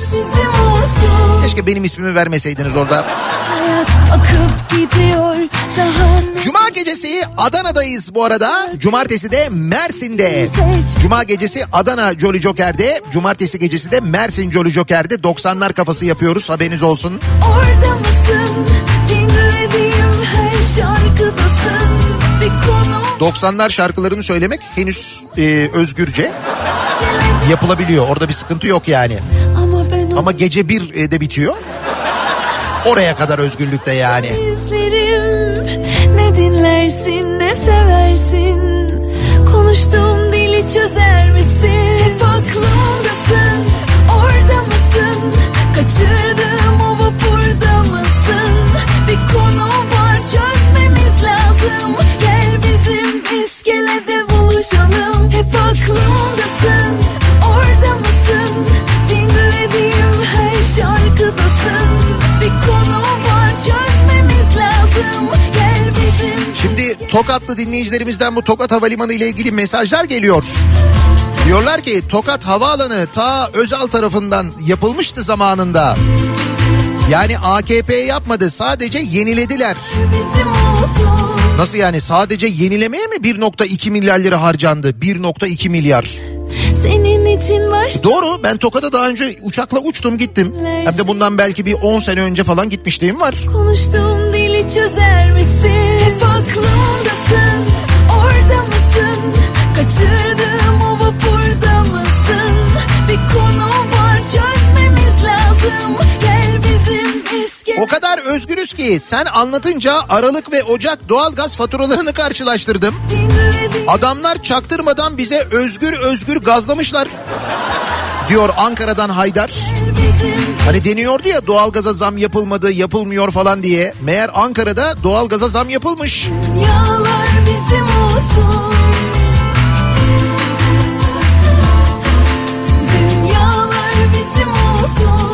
Keşke benim ismimi vermeseydiniz orada. Hayat akıp gidiyor daha. Cuma gecesi Adana'dayız bu arada. Cumartesi de Mersin'de. Cuma gecesi Adana Jolly Joker'de. Cumartesi gecesi de Mersin Jolly Joker'de. doksanlar kafası yapıyoruz, haberiniz olsun. Orada mısın? Dinlediğim her şarkıdasın. Bir konu. doksanlar şarkılarını söylemek henüz e, özgürce yapılabiliyor. Orada bir sıkıntı yok yani. Ama, ben Ama gece bir de bitiyor. Oraya kadar özgürlükte yani. İzlerim, ne dinlersin ne seversin. Konuştuğum dili çözer misin? Hep aklımdasın, orada mısın? Kaçırdığım o vapurda mısın? Bir konu var, çözmemiz lazım. Gel bizim iskelede buluşalım. Hep aklımdasın, orada mısın? Dinlediğim her şarkıdasın. Bir konu var, çözmemiz lazım. Gel bizim... Şimdi Tokatlı dinleyicilerimizden bu Tokat Havalimanı ile ilgili mesajlar geliyor. Diyorlar ki Tokat Havaalanı ta Özal tarafından yapılmıştı zamanında. Yani A K P yapmadı, sadece yenilediler. Nasıl yani, sadece yenilemeye mi bir nokta iki milyar lira harcandı? bir nokta iki milyar. Senin için var. Doğru, ben Tokat'a daha önce uçakla uçtum gittim. Hem de bundan belki bir on sene önce falan gitmişliğim var. Konuştuğum dili çözer misin? Hep aklımdasın, orada mısın? Kaçırdığım o vapurda mısın? Bir konu var, çözmemiz lazım. Gel bizim iskelede. O kadar özgürüz ki sen anlatınca Aralık ve Ocak doğalgaz faturalarını karşılaştırdım. Adamlar çaktırmadan bize özgür özgür gazlamışlar diyor Ankara'dan Haydar. Hani deniyordu ya doğalgaza zam yapılmadı, yapılmıyor falan diye. Meğer Ankara'da doğalgaza zam yapılmış. Dünyalar bizim olsun. Dünyalar bizim olsun.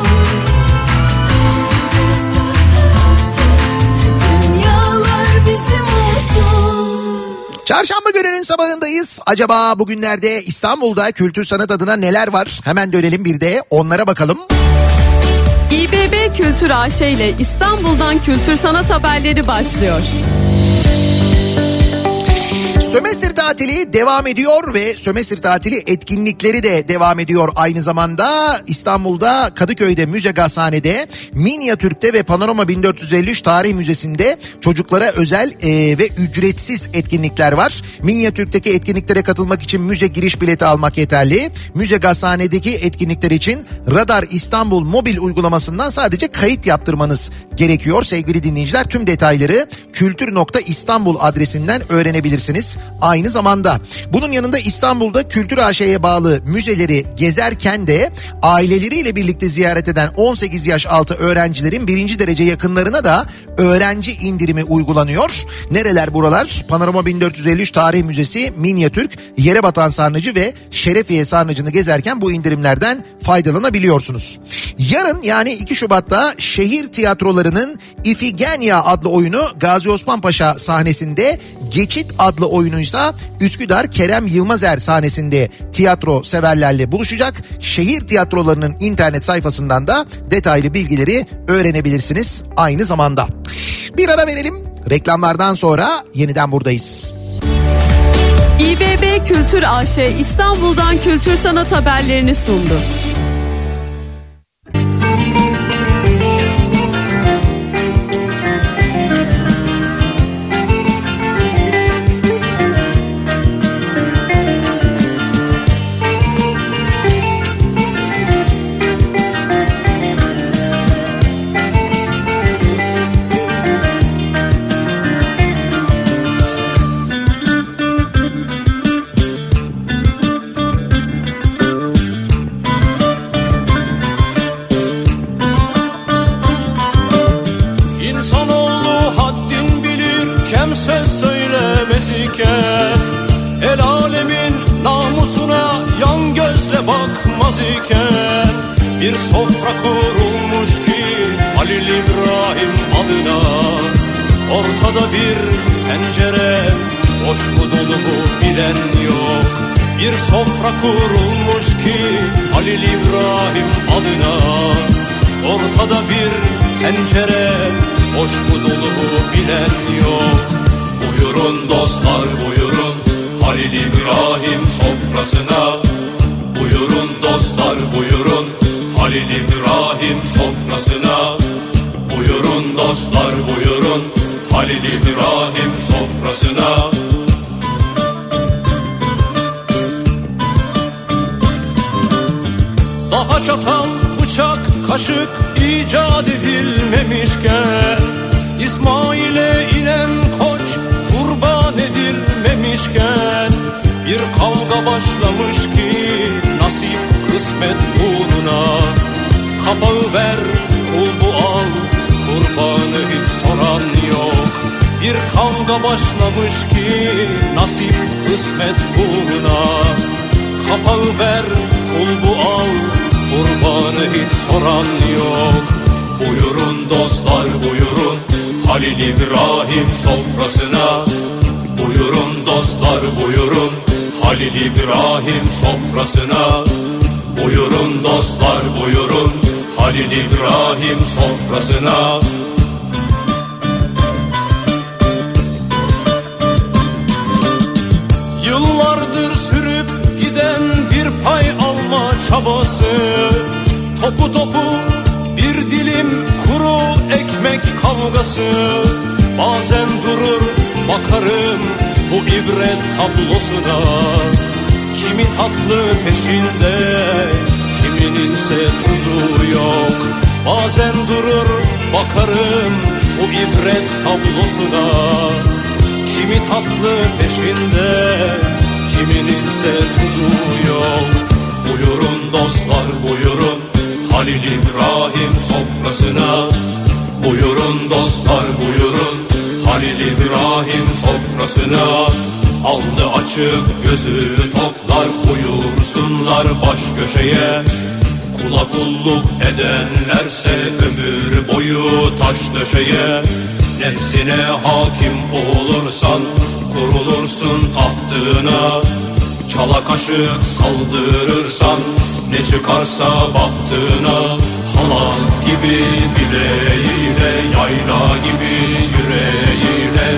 Dünyalar bizim olsun. Çarşamba gününün sabahındayız. Acaba bugünlerde İstanbul'da kültür sanat adına neler var? Hemen dönelim bir de onlara bakalım. İ B B Kültür A Ş ile İstanbul'dan kültür sanat haberleri başlıyor. Sömestr tatili devam ediyor ve sömestr tatili etkinlikleri de devam ediyor aynı zamanda. İstanbul'da Kadıköy'de Müze Gazhane'de, Minyatürk'te ve Panorama bin dört yüz elli üç Tarih Müzesi'nde çocuklara özel e, ve ücretsiz etkinlikler var. Minyatürk'teki etkinliklere katılmak için müze giriş bileti almak yeterli. Müze Gazhane'deki etkinlikler için Radar İstanbul mobil uygulamasından sadece kayıt yaptırmanız gerekiyor sevgili dinleyiciler. Tüm detayları kültür nokta istanbul adresinden öğrenebilirsiniz. Aynı zamanda bunun yanında İstanbul'da Kültür A Ş'ye bağlı müzeleri gezerken de aileleriyle birlikte ziyaret eden on sekiz yaş altı öğrencilerin birinci derece yakınlarına da öğrenci indirimi uygulanıyor. Nereler buralar? Panorama bin dört yüz elli üç Tarih Müzesi, Minyatürk, Yerebatan Sarnıcı ve Şerefiye Sarnıcı'nı gezerken bu indirimlerden faydalanabiliyorsunuz. Yarın yani iki Şubat'ta şehir tiyatrolarının İfigenia adlı oyunu Gazi Osman Paşa sahnesinde, Geçit adlı oyunuysa Üsküdar Kerem Yılmazer sahnesinde tiyatro severlerle buluşacak. Şehir tiyatrolarının internet sayfasından da detaylı bilgileri öğrenebilirsiniz aynı zamanda. Bir ara verelim. Reklamlardan sonra yeniden buradayız. İ B B Kültür A Ş İstanbul'dan kültür sanat haberlerini sundu. Bir sofra kurulmuş ki Halil İbrahim adına, ortada bir tencere, boş mu dolu mu bilen yok. Bir sofra kurulmuş ki Halil İbrahim adına, ortada bir tencere, boş mu dolu mu bilen yok. Buyurun dostlar buyurun Halil İbrahim sofrasına, buyurun dostlar buyurun Halil İbrahim sofrasına, buyurun dostlar buyurun Halil İbrahim sofrasına. Daha çatal, bıçak, kaşık icat edilmemişken, İsmail'e inen koç kurban edilmemişken, bir kavga başlamış ki nasip kısmet uğruna. Kapağı ver, kulbu al, kurbanı hiç soran yok. Bir kavga başlamış ki nasip kısmet uğruna. Kapağı ver, kulbu al, kurbanı hiç soran yok. Buyurun dostlar buyurun Halil İbrahim sofrasına, buyurun dostlar buyurun Halil İbrahim sofrasına, buyurun dostlar buyurun Halil İbrahim sofrasına. Yıllardır sürüp giden bir pay alma çabası, topu topu bir dilim kuru ekmek kavgası. Bazen durur bakarım bu ibret tablosuna, kimi tatlı peşinde, kimininse tuzu yok. Bazen durur bakarım bu ibret tablosuna, kimi tatlı peşinde, kimininse tuzu yok. Buyurun dostlar buyurun Halil İbrahim sofrasına, buyurun dostlar buyurun Halil İbrahim sofrasına. Alnı açık gözü toplar buyursunlar baş köşeye. Kula kulluk edenlerse ömür boyu taş döşeye. Nefsine hakim olursan kurulursun tahtına. Çala kaşık saldırırsan ne çıkarsa baktığına. Halat gibi bileğiyle, yayla gibi yüreğiyle,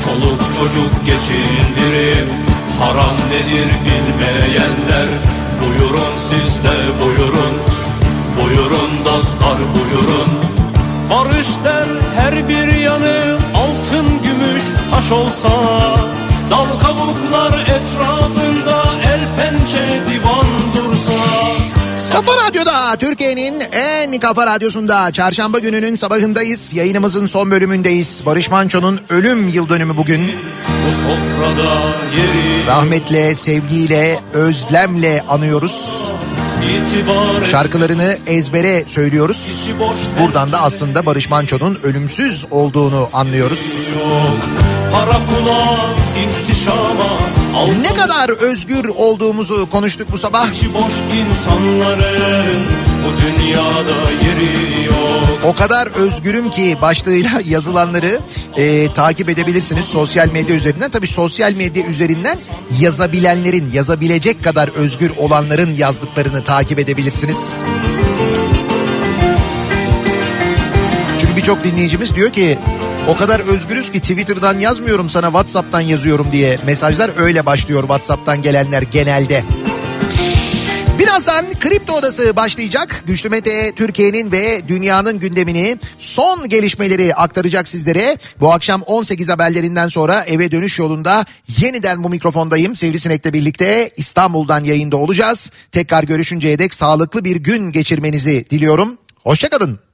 çoluk çocuk geçindirip haram nedir bilmeyenler, buyurun siz de buyurun, buyurun dostlar buyurun. Barış der her bir yanı altın gümüş taş olsa, dal kavuklar etrafında el pençe divan dursa. Kafa Radyo'da, Türkiye'nin en kafa radyosunda çarşamba gününün sabahındayız. Yayınımızın son bölümündeyiz. Barış Manço'nun ölüm yıl dönümü bugün. Bu sofrada yeri rahmetle, sevgiyle, özlemle anıyoruz. Şarkılarını ezbere söylüyoruz. Buradan da aslında Barış Manço'nun ölümsüz olduğunu anlıyoruz. Para pula ihtişama, ne kadar özgür olduğumuzu konuştuk bu sabah. İçi boş insanların bu dünyada yeri yok. O kadar özgürüm ki başlığıyla yazılanları e, takip edebilirsiniz sosyal medya üzerinden. Tabii sosyal medya üzerinden yazabilenlerin, yazabilecek kadar özgür olanların yazdıklarını takip edebilirsiniz. Çünkü birçok dinleyicimiz diyor ki o kadar özgürüz ki Twitter'dan yazmıyorum sana, WhatsApp'tan yazıyorum diye. Mesajlar öyle başlıyor, WhatsApp'tan gelenler genelde. Birazdan Kripto Odası başlayacak. Güçlü Mete Türkiye'nin ve dünyanın gündemini, son gelişmeleri aktaracak sizlere. Bu akşam on sekiz haberlerinden sonra eve dönüş yolunda yeniden bu mikrofondayım. Sivrisinek'le birlikte İstanbul'dan yayında olacağız. Tekrar görüşünceye dek sağlıklı bir gün geçirmenizi diliyorum. Hoşça kalın.